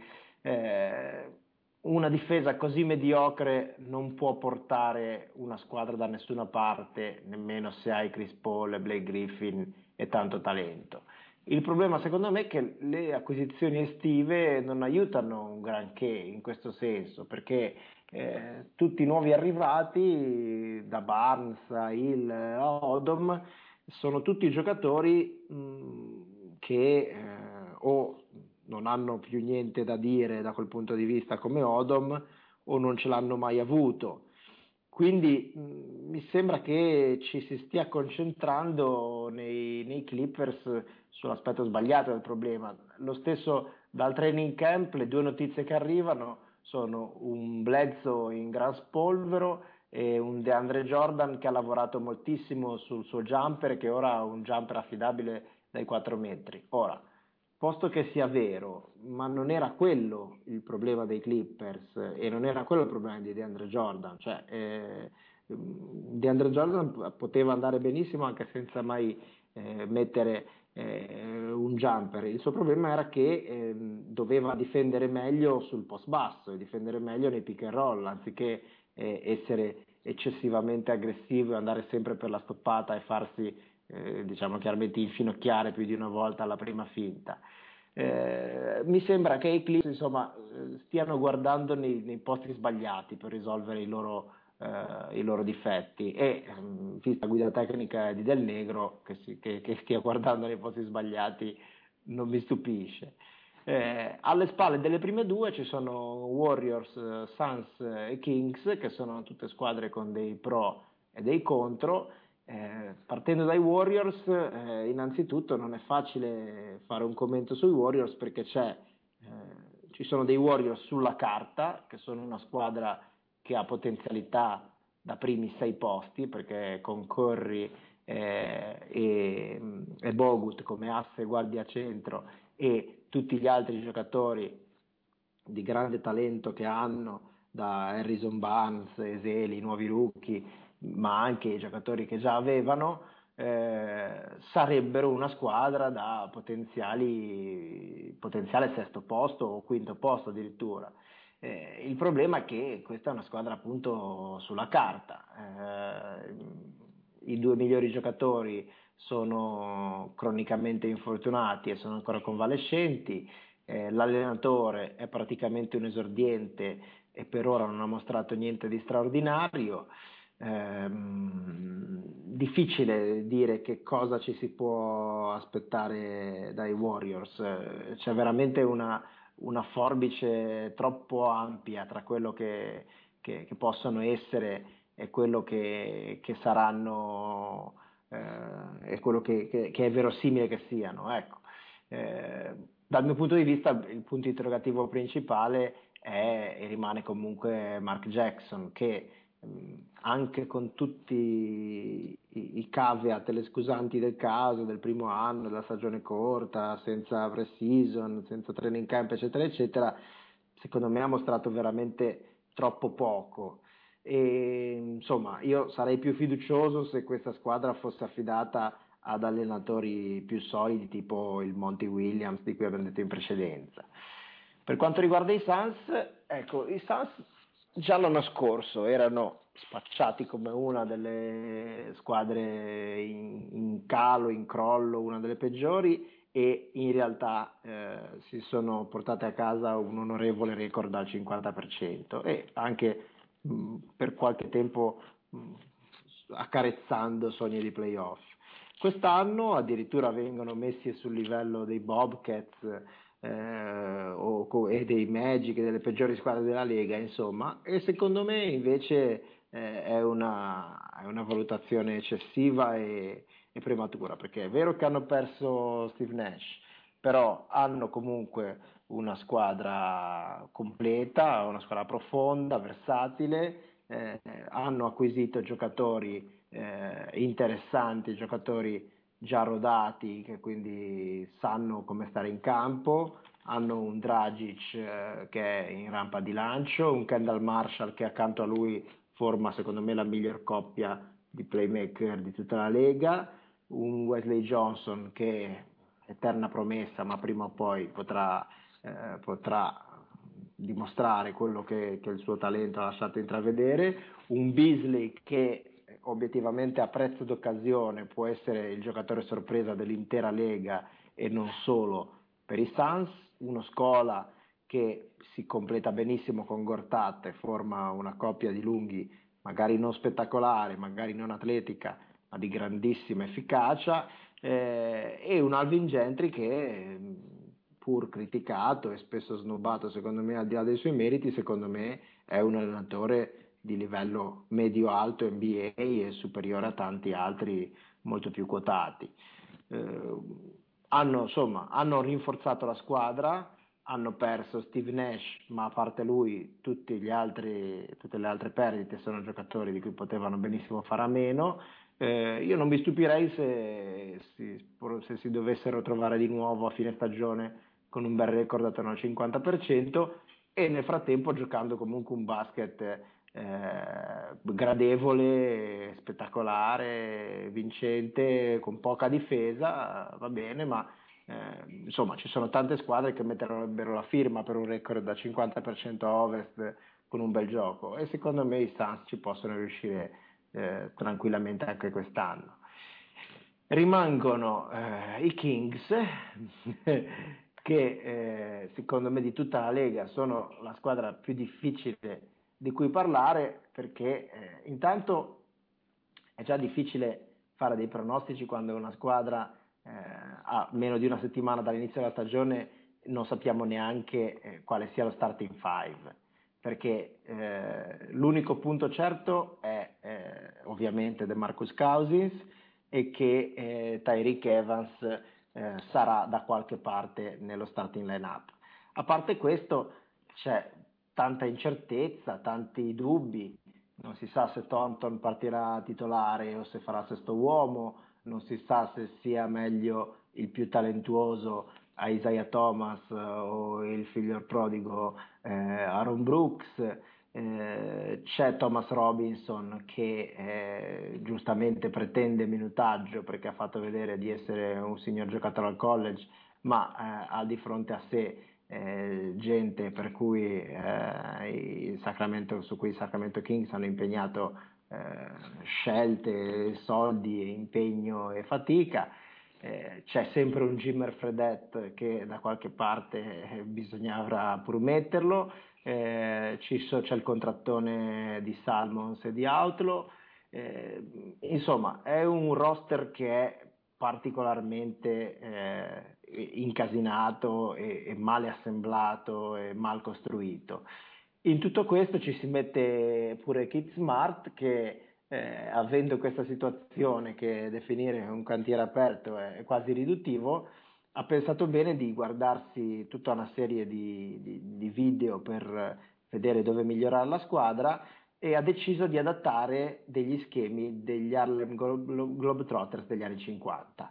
Eh, una difesa così mediocre non può portare una squadra da nessuna parte, nemmeno se hai Chris Paul e Blake Griffin e tanto talento. Il problema secondo me è che le acquisizioni estive non aiutano un granché in questo senso, perché eh, tutti i nuovi arrivati, da Barnes a Hill a Odom, sono tutti giocatori mh, che eh, o non hanno più niente da dire da quel punto di vista come Odom o non ce l'hanno mai avuto. Quindi mh, mi sembra che ci si stia concentrando nei, nei Clippers sull'aspetto sbagliato del problema. Lo stesso dal training camp, le due notizie che arrivano sono un Bledsoe in gran spolvero e un DeAndre Jordan che ha lavorato moltissimo sul suo jumper e che ora ha un jumper affidabile dai quattro metri. Ora, posto che sia vero, ma non era quello il problema dei Clippers e non era quello il problema di DeAndre Jordan, cioè eh, DeAndre Jordan poteva andare benissimo anche senza mai eh, mettere eh, un jumper. Il suo problema era che eh, doveva difendere meglio sul post basso e difendere meglio nei pick and roll anziché eh, essere eccessivamente aggressivo e andare sempre per la stoppata e farsi eh, diciamo chiaramente infinocchiare più di una volta alla prima finta. Eh, mi sembra che i Clippers insomma stiano guardando nei, nei posti sbagliati per risolvere i loro Uh, i loro difetti e um, vista la guida tecnica di Del Negro che, si, che, che stia guardando nei posti sbagliati non mi stupisce. Eh, alle spalle delle prime due ci sono Warriors, Suns e Kings, che sono tutte squadre con dei pro e dei contro. Eh, partendo dai Warriors, eh, innanzitutto non è facile fare un commento sui Warriors perché c'è, eh, ci sono dei Warriors sulla carta che sono una squadra che ha potenzialità da primi sei posti, perché con Curry eh, e, e Bogut come asse guardia centro e tutti gli altri giocatori di grande talento che hanno, da Harrison Barnes, Eseli, nuovi rookie, ma anche i giocatori che già avevano, eh, sarebbero una squadra da potenziali, potenziale sesto posto o quinto posto addirittura. Eh, il problema è che questa è una squadra appunto sulla carta. Eh, i due migliori giocatori sono cronicamente infortunati e sono ancora convalescenti, eh, l'allenatore è praticamente un esordiente e per ora non ha mostrato niente di straordinario. Ehm, difficile dire che cosa ci si può aspettare dai Warriors, eh, c'è veramente una, una forbice troppo ampia tra quello che, che, che possono essere e quello che, che saranno eh, e quello che, che, che è verosimile che siano. Ecco. Eh, dal mio punto di vista il punto interrogativo principale è e rimane comunque Mark Jackson, che mh, anche con tutti i, i caveat e le scusanti del caso, del primo anno, della stagione corta, senza pre-season, senza training camp, eccetera, eccetera, secondo me ha mostrato veramente troppo poco. E, insomma, io sarei più fiducioso se questa squadra fosse affidata ad allenatori più solidi tipo il Monty Williams di cui abbiamo detto in precedenza. Per quanto riguarda i Suns, ecco, i Suns già l'anno scorso erano spacciati come una delle squadre in, in calo, in crollo, una delle peggiori e in realtà eh, si sono portate a casa un onorevole record al cinquanta per cento e anche mh, per qualche tempo mh, accarezzando sogni di playoff. Quest'anno addirittura vengono messi sul livello dei Bobcats eh, o, e dei Magic, delle peggiori squadre della Lega, insomma, e secondo me invece eh, è, una, è una valutazione eccessiva e, e prematura, perché è vero che hanno perso Steve Nash, però hanno comunque una squadra completa, una squadra profonda, versatile, eh, hanno acquisito giocatori eh, interessanti, giocatori già rodati che quindi sanno come stare in campo, hanno un Dragic eh, che è in rampa di lancio, un Kendall Marshall che accanto a lui forma secondo me la miglior coppia di playmaker di tutta la Lega, un Wesley Johnson che è eterna promessa ma prima o poi potrà, eh, potrà dimostrare quello che, che il suo talento ha lasciato intravedere, un Beasley che obiettivamente a prezzo d'occasione può essere il giocatore sorpresa dell'intera Lega e non solo per i Suns, uno Scola che si completa benissimo con Gortat e forma una coppia di lunghi magari non spettacolare, magari non atletica, ma di grandissima efficacia, eh, e un Alvin Gentry che pur criticato e spesso snobbato secondo me al di là dei suoi meriti, secondo me è un allenatore di livello medio-alto N B A e superiore a tanti altri molto più quotati. Eh, hanno, insomma, hanno rinforzato la squadra, hanno perso Steve Nash, ma a parte lui tutti gli altri, tutte le altre perdite sono giocatori di cui potevano benissimo fare a meno. Eh, io non mi stupirei se si, se si dovessero trovare di nuovo a fine stagione con un bel record attorno al cinquanta per cento e nel frattempo giocando comunque un basket eh, gradevole, spettacolare, vincente, con poca difesa, va bene, ma eh, insomma ci sono tante squadre che metterebbero la firma per un record da cinquanta per cento a ovest con un bel gioco e secondo me i Suns ci possono riuscire eh, tranquillamente anche quest'anno. Rimangono eh, i Kings che eh, secondo me di tutta la Lega sono la squadra più difficile di cui parlare perché eh, intanto è già difficile fare dei pronostici quando una squadra eh, ha meno di una settimana dall'inizio della stagione non sappiamo neanche eh, quale sia lo starting five perché eh, l'unico punto certo è eh, ovviamente DeMarcus Cousins e che eh, Tyreek Evans eh, sarà da qualche parte nello starting lineup. A parte questo c'è tanta incertezza, tanti dubbi, non si sa se Thornton partirà titolare o se farà sesto uomo, non si sa se sia meglio il più talentuoso a Isaiah Thomas o il figlio prodigo eh, Aaron Brooks, eh, c'è Thomas Robinson che eh, giustamente pretende minutaggio perché ha fatto vedere di essere un signor giocatore al college, ma eh, ha di fronte a sé eh, gente per cui, eh, il Sacramento, su cui i Sacramento Kings hanno impegnato eh, scelte, soldi, impegno e fatica. Eh, c'è sempre un Jimmer Fredette che da qualche parte eh, bisognava pur metterlo, eh, ci so- c'è il contrattone di Salmons e di Outlaw, eh, insomma è un roster che è particolarmente eh, incasinato e, e male assemblato e mal costruito. In tutto questo ci si mette pure Kid Smart che eh, avendo questa situazione che definire un cantiere aperto è, è quasi riduttivo, ha pensato bene di guardarsi tutta una serie di, di, di video per vedere dove migliorare la squadra e ha deciso di adattare degli schemi degli Harlem Glo- Globetrotters degli anni cinquanta.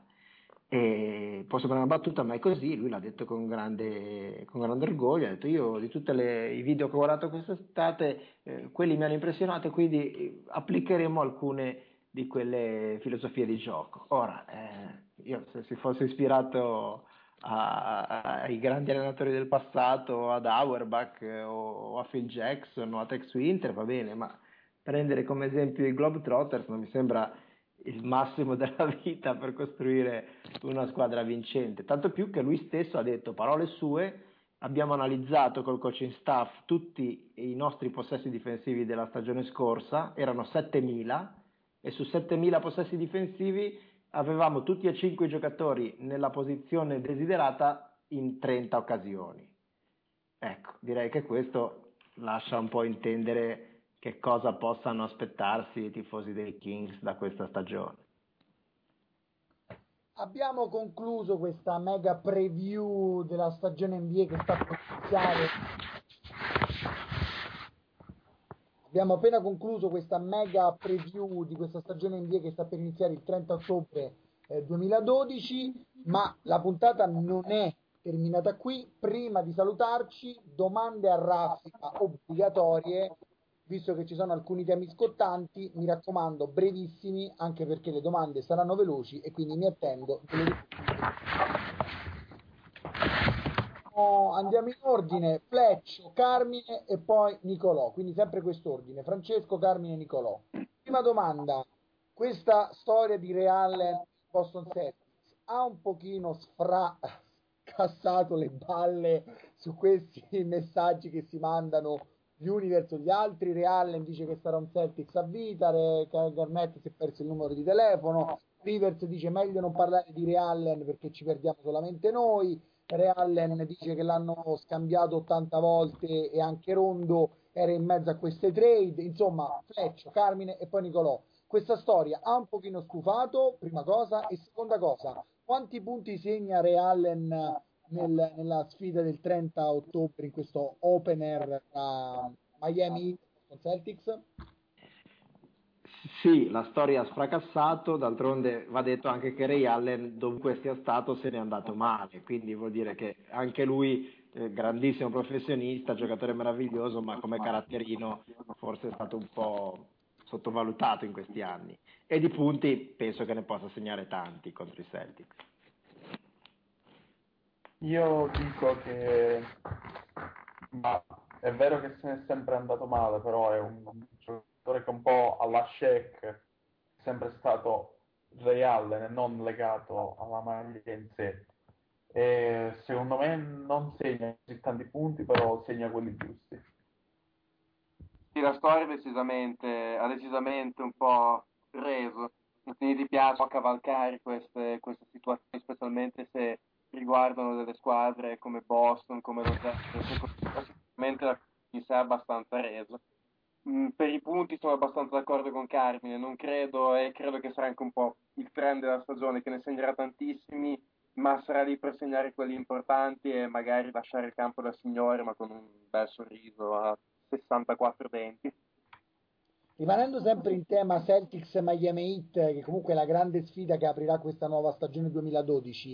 E può sembrare una battuta, ma è così, lui l'ha detto con grande, con grande orgoglio, ha detto io di tutti i video che ho guardato quest'estate, eh, quelli mi hanno impressionato, quindi eh, applicheremo alcune di quelle filosofie di gioco. Ora, eh, io se si fosse ispirato a- a- ai grandi allenatori del passato, ad Auerbach eh, o a Phil Jackson o a Tex Winter, va bene, ma prendere come esempio i Globetrotters non mi sembra il massimo della vita per costruire una squadra vincente, tanto più che lui stesso ha detto, parole sue, abbiamo analizzato col coaching staff tutti i nostri possessi difensivi della stagione scorsa, erano settemila e su settemila possessi difensivi avevamo tutti e cinque i giocatori nella posizione desiderata in trenta occasioni. Ecco, direi che questo lascia un po' intendere che cosa possano aspettarsi i tifosi dei Kings da questa stagione. Abbiamo concluso questa mega preview della stagione N B A che sta per iniziare. Abbiamo appena concluso questa mega preview di questa stagione N B A che sta per iniziare il trenta ottobre eh, duemiladodici, ma la puntata non è terminata qui. Prima di salutarci, domande a raffica obbligatorie, visto che ci sono alcuni temi scottanti, mi raccomando, brevissimi, anche perché le domande saranno veloci e quindi mi attendo delle risposte. Oh, andiamo in ordine: Fleccio, Carmine e poi Nicolò, quindi sempre quest'ordine: Francesco, Carmine, Nicolò. Prima domanda: questa storia di Ray Allen Boston Celtics ha un pochino sfracassato le balle su questi messaggi che si mandano gli uni verso gli altri? Ray Allen dice che sarà un Celtics a vita, Re- Garnett si è perso il numero di telefono, Rivers dice meglio non parlare di Ray Allen perché ci perdiamo solamente noi, Ray Allen dice che l'hanno scambiato ottanta volte e anche Rondo era in mezzo a queste trade. Insomma, Fleccio, Carmine e poi Nicolò. Questa storia ha un pochino stufato, prima cosa, e seconda cosa, quanti punti segna Ray Allen nel- nella sfida del trenta ottobre in questo opener tra Miami Heat e Boston Celtics? Sì, la storia ha sfracassato, d'altronde va detto anche che Ray Allen, dovunque sia stato, se n'è andato male, quindi vuol dire che anche lui, eh, grandissimo professionista, giocatore meraviglioso, ma come caratterino forse è stato un po' sottovalutato in questi anni. E di punti penso che ne possa segnare tanti contro i Celtics. Io dico che ma è vero che se n'è sempre andato male, però è un giocatore che un po' alla Shaq è sempre stato Ray Allen e non legato alla maglia in sé. E secondo me non segna così tanti punti, però segna quelli giusti. Sì, la storia decisamente, ha decisamente un po' reso. Quindi ti piace un po' cavalcare queste, queste situazioni, specialmente se riguardano delle squadre come Boston, come Los Angeles, sicuramente la in sé è abbastanza reso. Mm, per i punti sono abbastanza d'accordo con Carmine, non credo, e credo che sarà anche un po' il trend della stagione, che ne segnerà tantissimi, ma sarà lì per segnare quelli importanti e magari lasciare il campo da signore, ma con un bel sorriso a sessantaquattro denti. Rimanendo sempre in tema Celtics e Miami Heat, che comunque è la grande sfida che aprirà questa nuova stagione duemiladodici,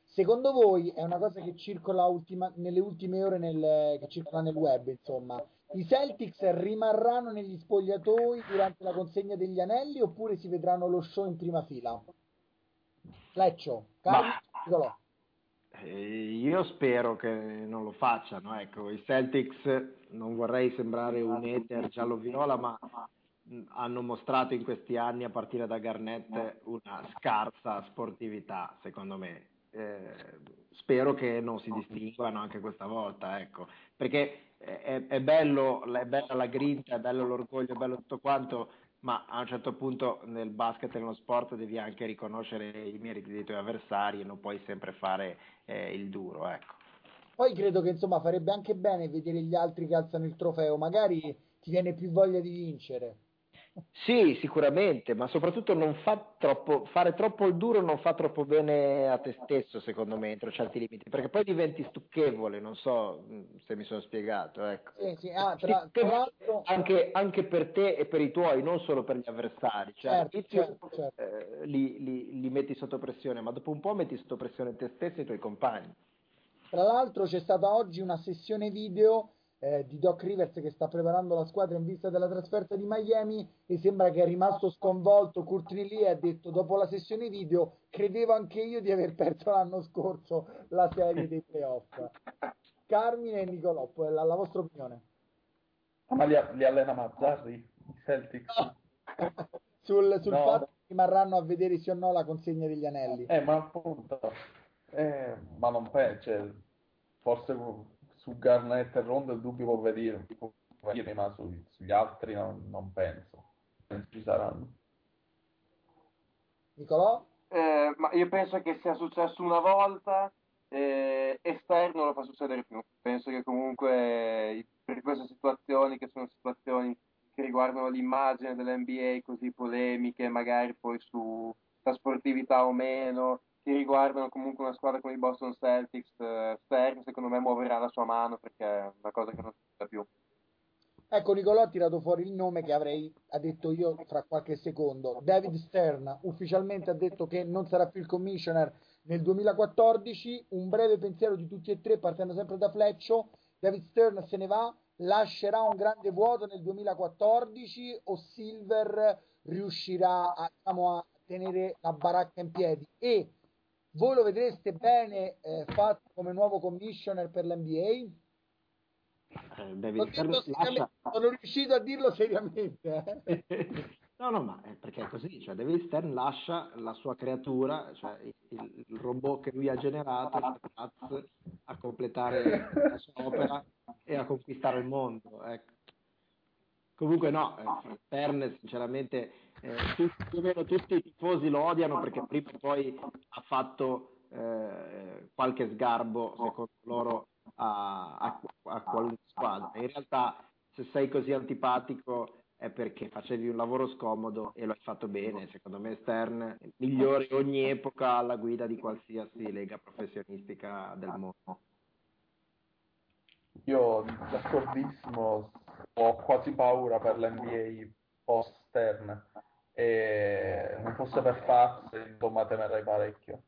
Secondo voi è una cosa che circola ultima- nelle ultime ore nel, che circola nel web, insomma, i Celtics rimarranno negli spogliatoi durante la consegna degli anelli oppure si vedranno lo show in prima fila? Fleccio, Ma Carmine, Nicolò. eh, io spero che non lo facciano, ecco, i Celtics, non vorrei sembrare un hater giallo-viola, ma mh, hanno mostrato in questi anni, a partire da Garnett, una scarsa sportività, secondo me. Eh, spero che non si distinguano anche questa volta, ecco, perché è, è bello, è bella la grinta, è bello l'orgoglio, è bello tutto quanto, ma a un certo punto nel basket e nello sport devi anche riconoscere i meriti dei tuoi avversari e non puoi sempre fare eh, il duro, ecco. Poi credo che insomma farebbe anche bene vedere gli altri che alzano il trofeo, magari ti viene più voglia di vincere. Sì, sicuramente, ma soprattutto non fa troppo, fare troppo il duro non fa troppo bene a te stesso, secondo me, entro certi limiti, perché poi diventi stucchevole, non so mh, se mi sono spiegato, ecco. Sì, sì, ah, tra, tra Stucchevole l'altro, anche, anche per te e per i tuoi, non solo per gli avversari, cioè certo, all'inizio certo, certo. eh, li, li- li metti sotto pressione, ma dopo un po' metti sotto pressione te stesso e i tuoi compagni. Tra l'altro c'è stata oggi una sessione video eh, di Doc Rivers che sta preparando la squadra in vista della trasferta di Miami e sembra che è rimasto sconvolto. Courtney Lee ha detto dopo la sessione video credevo anche io di aver perso l'anno scorso la serie dei playoff. Carmine e Nicolò, poi la, la vostra opinione? Ah, ma li, li allena Mazzarri, i Celtics? No. sul, sul fatto No? che rimarranno a vedere sì o no la consegna degli anelli. Eh, ma appunto, eh, ma non penso, cioè, forse su Garnett e Rondo il dubbio può venire, può venire, ma sui- sugli altri non, non penso, non ci saranno. Nicolò? Eh, ma io penso che sia successo una volta, eh, esterno lo fa succedere più. Penso che comunque eh, per queste situazioni, che sono situazioni che riguardano l'immagine dell'N B A, così polemiche, magari poi sulla sportività o meno, che riguardano comunque una squadra come i Boston Celtics, eh, Stern secondo me muoverà la sua mano perché è una cosa che non succede più. Ecco, Nicolò ha tirato fuori il nome che avrei ha detto io fra qualche secondo. David Stern ufficialmente ha detto che non sarà più il commissioner nel duemilaquattordici. Un breve pensiero di tutti e tre, partendo sempre da Fleccio. David Stern se ne va, lascerà un grande vuoto nel duemilaquattordici o Silver riuscirà a, diciamo, a tenere la baracca in piedi? E voi lo vedreste bene eh, fatto come nuovo commissioner per l'N B A? Eh, L'ho David Stern detto seriamente, lascia. sono riuscito a dirlo seriamente. eh. No, no, ma è perché è così, cioè David Stern lascia la sua creatura, cioè il, il- il robot che lui ha generato, Straz, a completare la sua opera e a conquistare il mondo, ecco. Comunque no, eh, Stern sinceramente eh, tutti, più o meno tutti i tifosi lo odiano perché prima o poi ha fatto eh, qualche sgarbo, secondo loro, a, a, a qualunque squadra. In realtà se sei così antipatico è perché facevi un lavoro scomodo e lo hai fatto bene. Secondo me Stern è il migliore in ogni epoca alla guida di qualsiasi lega professionistica del mondo. Io d'accordissimo, ho quasi paura per l'N B A post-Stern e non fosse per Faz, insomma, temerei parecchio.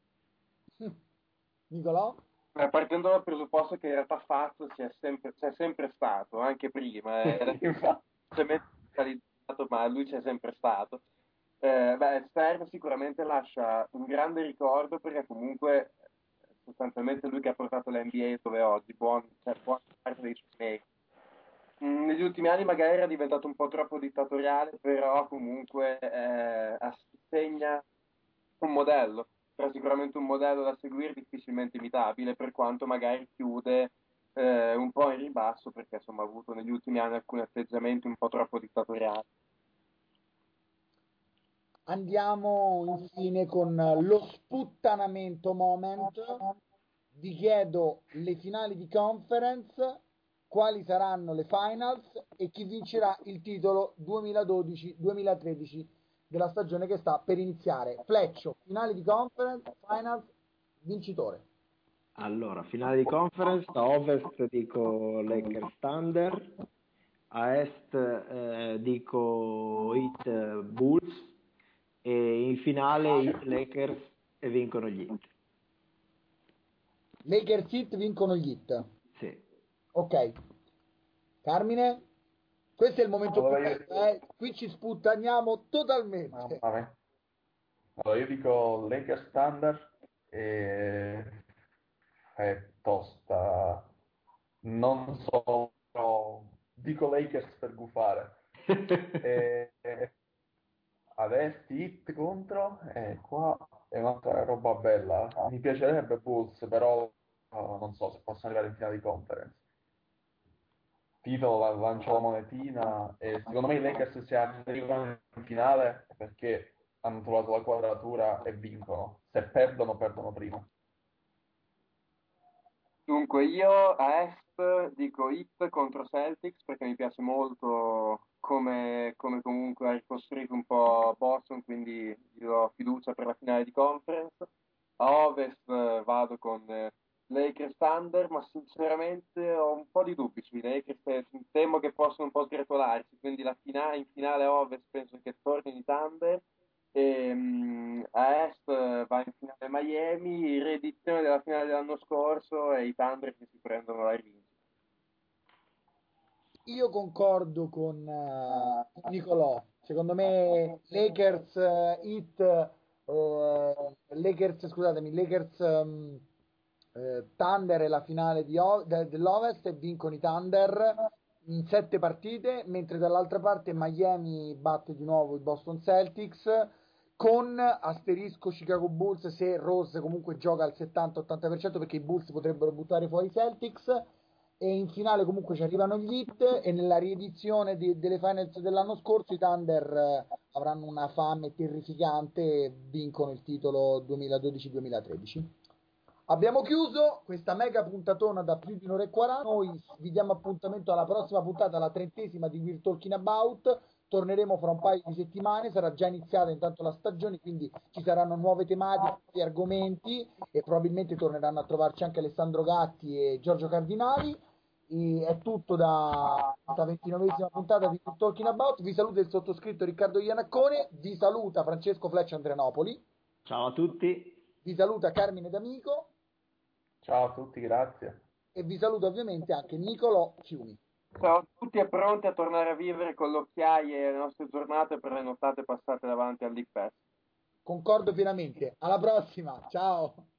Nicolò? Eh, Partendo dal presupposto che in realtà Faz c'è sempre, c'è sempre stato, anche prima, è Infatti. semplicemente realizzato, ma lui c'è sempre stato. Eh, beh, Stern sicuramente lascia un grande ricordo perché comunque eh, sostanzialmente lui che ha portato l'N B A dove è oggi, buon, cioè, buona parte dei suoi meriti. Mm, Negli ultimi anni magari era diventato un po' troppo dittatoriale, però comunque eh, assegna un modello, però sicuramente un modello da seguire difficilmente imitabile, per quanto magari chiude eh, un po' in ribasso, perché insomma ha avuto negli ultimi anni alcuni atteggiamenti un po' troppo dittatoriali. Andiamo infine con lo sputtanamento moment. Vi chiedo le finali di conference, quali saranno le finals e chi vincerà il titolo duemiladodici duemilatredici della stagione che sta per iniziare. Fleccio, finali di conference, finals, vincitore. Allora, finale di conference, a ovest dico Lakers Thunder, a est eh, dico Heat eh, Bulls e in finale Heat Lakers e vincono gli Heat. Lakers Heat vincono gli Heat. Sì. Ok. Carmine? Questo è il momento Allora più io- bello, eh? Qui ci sputtaniamo totalmente. Mamma mia. Allora io dico Lakers Thunder e è tosta. Non so, però dico Lakers per gufare. E, e ad est Heat contro, e qua è un'altra roba bella. Mi piacerebbe Bulls, però eh, non so se possono arrivare in finale di conference. Titolo la- lancio la monetina e secondo me i Lakers se arrivano in finale è perché hanno trovato la quadratura e vincono. Se perdono, perdono prima. Dunque, io a Est dico Heat contro Celtics perché mi piace molto come, come comunque ha ricostruito un po' Boston, quindi gli do fiducia per la finale di conference. A Ovest eh, vado con eh, Lakers Thunder, ma sinceramente ho un po' di dubbi sui Lakers, e temo che possano un po' sgretolarsi, quindi la finale, in finale a Ovest penso che tornino i Thunder. E, mh, a Est eh, va in finale Miami, riedizione della finale dell'anno scorso e i Thunder che si prendono la rivincita. Io concordo con eh, Nicolò. Secondo me Lakers eh, Heat eh, Lakers, scusatemi, Lakers ehm, eh, Thunder è la finale di O- de- dell'Ovest e vincono i Thunder in sette partite, mentre dall'altra parte Miami batte di nuovo i Boston Celtics con asterisco Chicago Bulls se Rose comunque gioca al settanta ottanta per cento perché i Bulls potrebbero buttare fuori i Celtics e in finale comunque ci arrivano gli Heat e nella riedizione di- delle finals dell'anno scorso i Thunder eh, avranno una fame terrificante e vincono il titolo duemiladodici duemilatredici. Abbiamo chiuso questa mega puntatona da più di un'ora e quaranta. Noi vi diamo appuntamento alla prossima puntata, la trentesima di We're Talking About. Torneremo fra un paio di settimane, sarà già iniziata intanto la stagione, quindi ci saranno nuove tematiche, nuovi argomenti e probabilmente torneranno a trovarci anche Alessandro Gatti e Giorgio Cardinali. E è tutto da questa ventinovesima puntata di We're Talking About. Vi saluta il sottoscritto Riccardo Iannaccone, vi saluta Francesco Fleccia Andrianopoli, Ciao a tutti. vi saluta Carmine D'Amico Ciao a tutti, grazie. e vi saluta ovviamente anche Nicolò Fiumi. Ciao a tutti e pronti a tornare a vivere con le occhiaie le nostre giornate per le nottate passate davanti al League Pass. Concordo pienamente. Alla prossima, ciao!